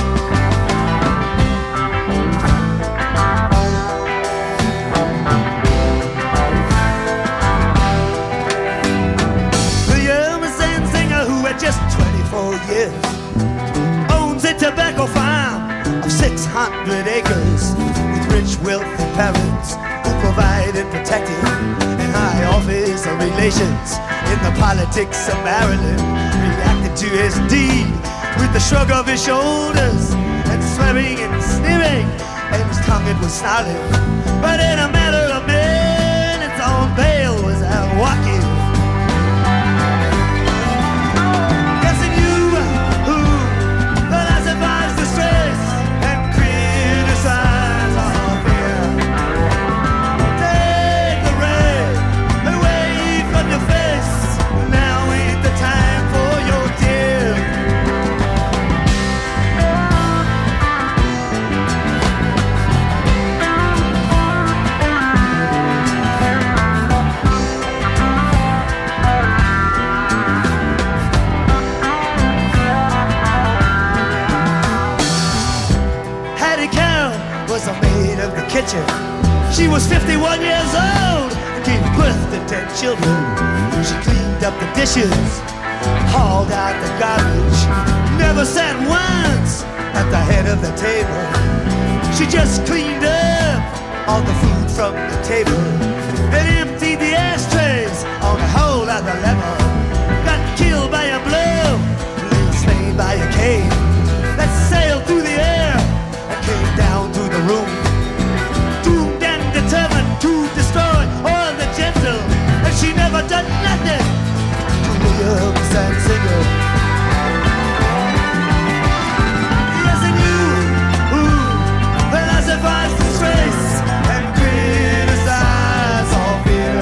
S5: William Zenzinger, who had just twenty-four years, owns a tobacco farm of six hundred acres with rich, wealthy parents who provide and protect him in high office and relations in the politics of Maryland. Reacted to his deed with the shrug of his shoulders and swearing and sneering, and his tongue it was snarling. But in a matter of minutes, on bail was out walking. was a maid of the kitchen. She was fifty-one years old, gave birth to ten children. She cleaned up the dishes, hauled out the garbage, never sat once at the head of the table. She just cleaned up all the food from the table and emptied the ashtrays on the whole other level. Got killed by a blow, laid slain by a cane that sailed through the air and came down through the room. Doomed and determined to destroy all the gentle, and she never done nothing to Williams and Singer. Yes, and you, who philosophize disgrace and criticize all fear,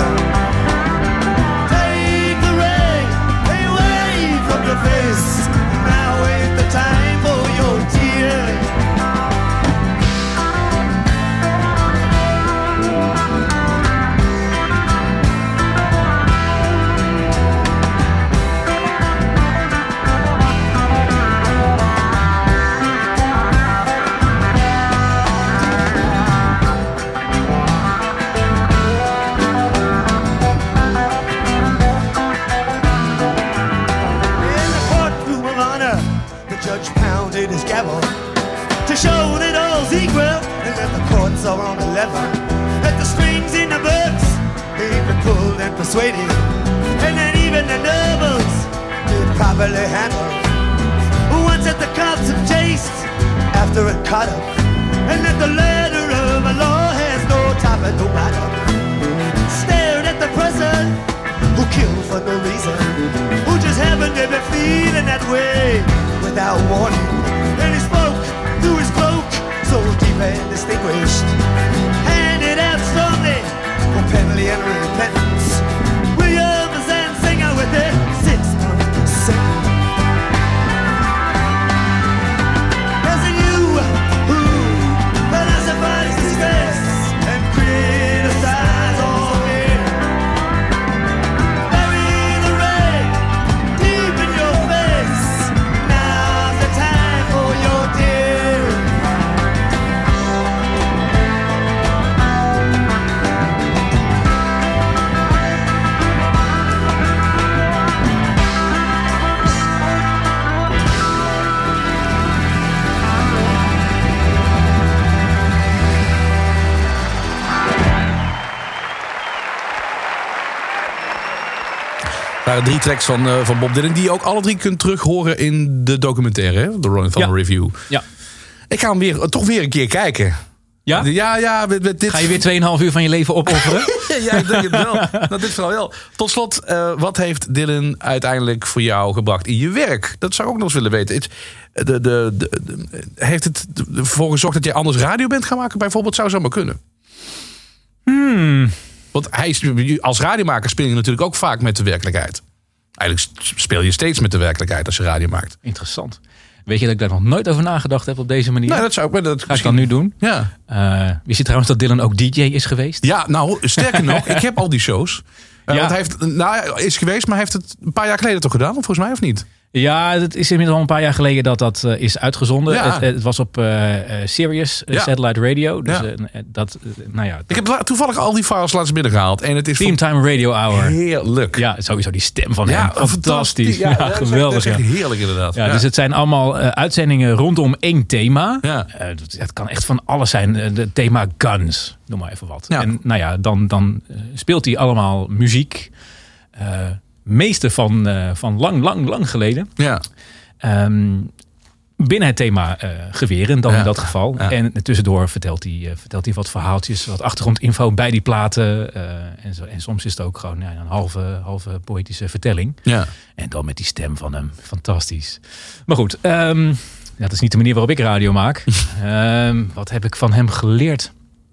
S5: take the rain away from your face. Now ain't the time for your tears. His gavel to show that all's equal and that the courts are on the level, that the strings in the books they've been pulled and persuaded, and that even the nobles did properly handle. Once that the cops have chased after it caught up, and that the ladder of a law has no top and no bottom. Stared at the person who killed for no reason, who just happened to be feeling that way without warning. And he spoke through his cloak, so deep and distinguished, handed out strongly for penalty and repentance. Williams and Singer with their six-month sentence. As in you who philosophize disgrace and criticize all fear, bury the rain deep in your face. Now's the time for your tears.
S3: Er waren drie tracks van, uh, van Bob Dylan die je ook alle drie kunt terug horen in de documentaire, hè? De Rolling Thunder
S4: Ja.
S3: Review.
S4: Ja.
S3: Ik ga hem weer, toch weer een keer kijken.
S4: Ja?
S3: Ja, ja. Met, met dit...
S4: Ga je weer tweeënhalf uur van je leven opofferen?
S3: ja, ik denk het wel. Nou, dit vooral wel. Tot slot, uh, wat heeft Dylan uiteindelijk voor jou gebracht in je werk? Dat zou ik ook nog eens willen weten. Het, de, de, de, de, heeft het ervoor gezorgd dat jij anders radio bent gaan maken? Bijvoorbeeld, zou zo maar kunnen.
S4: Hmm.
S3: Want hij, is- als radiomaker speel je natuurlijk ook vaak met de werkelijkheid. Eigenlijk speel je steeds met de werkelijkheid als je radio maakt.
S4: Interessant. Weet je dat ik daar nog nooit over nagedacht heb op deze manier?
S3: Nou, dat zou ik maar dat
S4: Ga ik dan nu doen?
S3: Ja.
S4: Uh, wist je trouwens dat Dylan ook D J is geweest?
S3: Ja, nou, sterker nog, ik heb al die shows. Uh,
S4: Ja.
S3: Want hij heeft, nou, is geweest, maar hij heeft het een paar jaar geleden toch gedaan? Volgens mij, of niet?
S4: Ja, het is inmiddels al een paar jaar geleden dat dat uh, is uitgezonden.
S3: Ja.
S4: Het, het was op uh, uh, Sirius uh,
S3: Ja.
S4: Satellite Radio. Dus
S3: Ja.
S4: uh, dat, uh, nou ja.
S3: Ik heb la- toevallig al die files laatst binnengehaald. En het is
S4: Teamtime Radio Hour.
S3: heerlijk.
S4: Ja, sowieso die stem van
S3: Ja,
S4: hem. Fantastisch. Ja,
S3: dat is echt-
S4: geweldig.
S3: Dat is echt
S4: Ja.
S3: heerlijk inderdaad.
S4: Ja, dus het zijn allemaal uh, uitzendingen rondom één thema.
S3: Ja.
S4: Uh, het, het kan echt van alles zijn. Uh, de thema Guns, noem maar even wat.
S3: Ja.
S4: En nou ja, dan, dan uh, speelt hij allemaal muziek. Uh, meeste van, uh, van lang, lang, lang geleden.
S3: Ja.
S4: Um, binnen het thema uh, geweren, dan
S3: Ja.
S4: in dat geval.
S3: Ja.
S4: En tussendoor vertelt hij, uh, vertelt hij wat verhaaltjes, wat achtergrondinfo bij die platen. Uh, en, zo, en soms is het ook gewoon ja, een halve, halve poëtische vertelling.
S3: Ja.
S4: En dan met die stem van hem. Fantastisch. Maar goed, um, ja, dat is niet de manier waarop ik radio maak. um, wat heb ik van hem geleerd?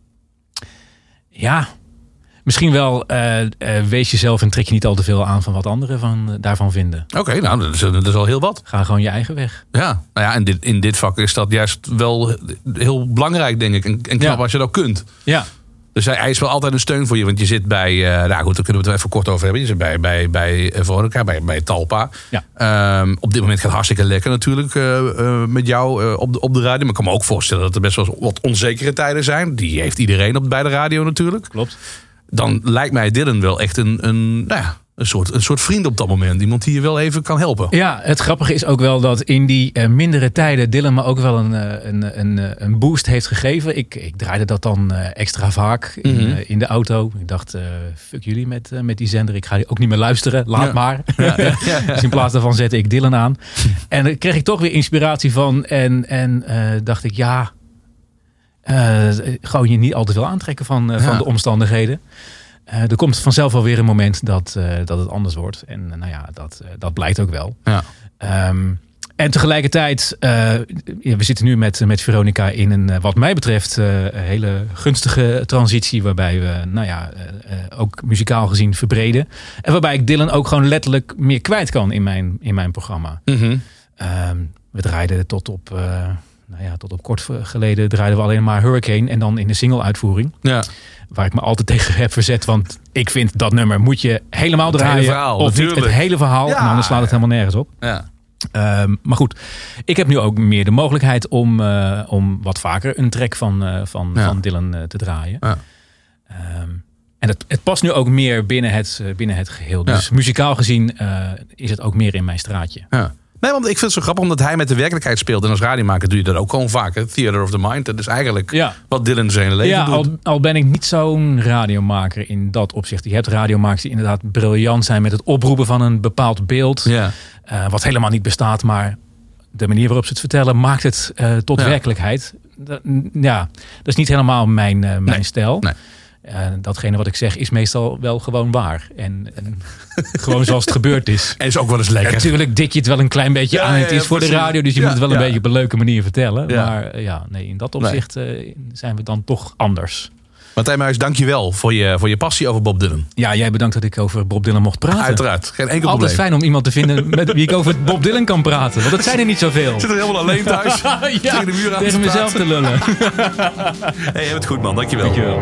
S4: Ja, misschien wel uh, uh, wees jezelf en trek je niet al te veel aan van wat anderen van, uh, daarvan vinden.
S3: Oké, okay, nou, dat is, dat is al heel wat.
S4: Ga gewoon je eigen weg.
S3: Ja, nou ja, en dit, in dit vak is dat juist wel heel belangrijk, denk ik. En, en knap
S4: Ja.
S3: als je dat kunt.
S4: Ja,
S3: Dus hij, hij is wel altijd een steun voor je. Want je zit bij, uh, nou goed, daar kunnen we het wel even kort over hebben. Je zit bij, bij, bij Veronica, bij, bij Talpa.
S4: Ja.
S3: Um, op dit moment gaat het hartstikke lekker natuurlijk uh, uh, met jou uh, op, de, op de radio. Maar ik kan me ook voorstellen dat er best wel wat onzekere tijden zijn. Die heeft iedereen op, bij de radio natuurlijk.
S4: Klopt.
S3: Dan lijkt mij Dylan wel echt een, een, nou ja, een, soort, een soort vriend op dat moment. Iemand die je wel even kan helpen.
S4: Ja, het grappige is ook wel dat in die uh, mindere tijden Dylan me ook wel een, een, een, een boost heeft gegeven. Ik, ik draaide dat dan uh, extra vaak in, mm-hmm. uh, in de auto. Ik dacht, uh, fuck jullie met, uh, met die zender. Ik ga die ook niet meer luisteren. Laat ja. maar. Ja, ja, ja. Dus in plaats daarvan zette ik Dylan aan. En daar kreeg ik toch weer inspiratie van. En, en uh, dacht ik, ja... Uh, gewoon je niet al te veel aantrekken van, uh, ja. van de omstandigheden. Uh, er komt vanzelf wel weer een moment dat, uh, dat het anders wordt. En uh, nou ja, dat, uh, dat blijkt ook wel.
S3: Ja.
S4: Um, en tegelijkertijd, uh, we zitten nu met, met Veronica in een, uh, wat mij betreft, uh, hele gunstige transitie. Waarbij we, nou ja, uh, uh, ook muzikaal gezien verbreden. En waarbij ik Dylan ook gewoon letterlijk meer kwijt kan in mijn, in mijn programma.
S3: Mm-hmm.
S4: Um, we draaiden tot op... Uh, Nou ja, tot op kort geleden draaiden we alleen maar Hurricane en dan in de single-uitvoering.
S3: Ja.
S4: Waar ik me altijd tegen heb verzet, want ik vind dat nummer moet je helemaal
S3: het
S4: draaien.
S3: Hele verhaal,
S4: of
S3: natuurlijk.
S4: niet het hele verhaal,
S3: Ja.
S4: en anders slaat het helemaal nergens op.
S3: Ja.
S4: Um, maar goed, ik heb nu ook meer de mogelijkheid om, uh, om wat vaker een track van, uh, van,
S3: Ja.
S4: van Dylan uh, te draaien.
S3: Ja.
S4: Um, en het, het past nu ook meer binnen het, uh, binnen het geheel. Dus
S3: Ja.
S4: muzikaal gezien uh, is het ook meer in mijn straatje.
S3: Ja. Nee, want ik vind het zo grappig omdat hij met de werkelijkheid speelt. En als radiomaker doe je dat ook gewoon vaak. Hè? Theater of the Mind. Dat is eigenlijk
S4: Ja.
S3: wat Dylan zijn leven
S4: Ja,
S3: doet.
S4: al, al ben ik niet zo'n radiomaker in dat opzicht. Je hebt radiomakers die inderdaad briljant zijn met het oproepen van een bepaald beeld.
S3: Ja.
S4: Uh, wat helemaal niet bestaat, maar de manier waarop ze het vertellen maakt het uh, tot
S3: Ja.
S4: werkelijkheid. Dat, ja, dat is niet helemaal mijn, uh, mijn
S3: Nee.
S4: stijl.
S3: Nee.
S4: Uh, datgene wat ik zeg is meestal wel gewoon waar. En, en gewoon zoals het gebeurd is.
S3: En is ook wel eens lekker.
S4: Natuurlijk dik je het wel een klein beetje
S3: Ja,
S4: aan. Het
S3: ja,
S4: is
S3: ja,
S4: voor de
S3: precies.
S4: radio, dus je
S3: Ja,
S4: moet het wel een
S3: ja.
S4: beetje op een leuke manier vertellen.
S3: Ja.
S4: Maar uh, ja, nee, in dat opzicht uh, zijn we dan toch anders.
S3: Martijn Muijs, dank je wel voor je, voor je passie over Bob Dylan.
S4: Ja, jij bedankt dat ik over Bob Dylan mocht praten.
S3: Uiteraard, geen enkel
S4: Altijd
S3: probleem.
S4: fijn om iemand te vinden met wie ik over Bob Dylan kan praten. Want dat zijn er niet zoveel.
S3: Ik zit er helemaal alleen thuis.
S4: ja,
S3: tegen de muur aan
S4: tegen
S3: te
S4: mezelf te lullen.
S3: Hey, je hebt het goed man, dank je wel.
S4: Dankjewel.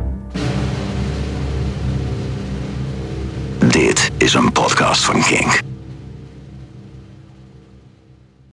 S1: Dit is een podcast van Kink.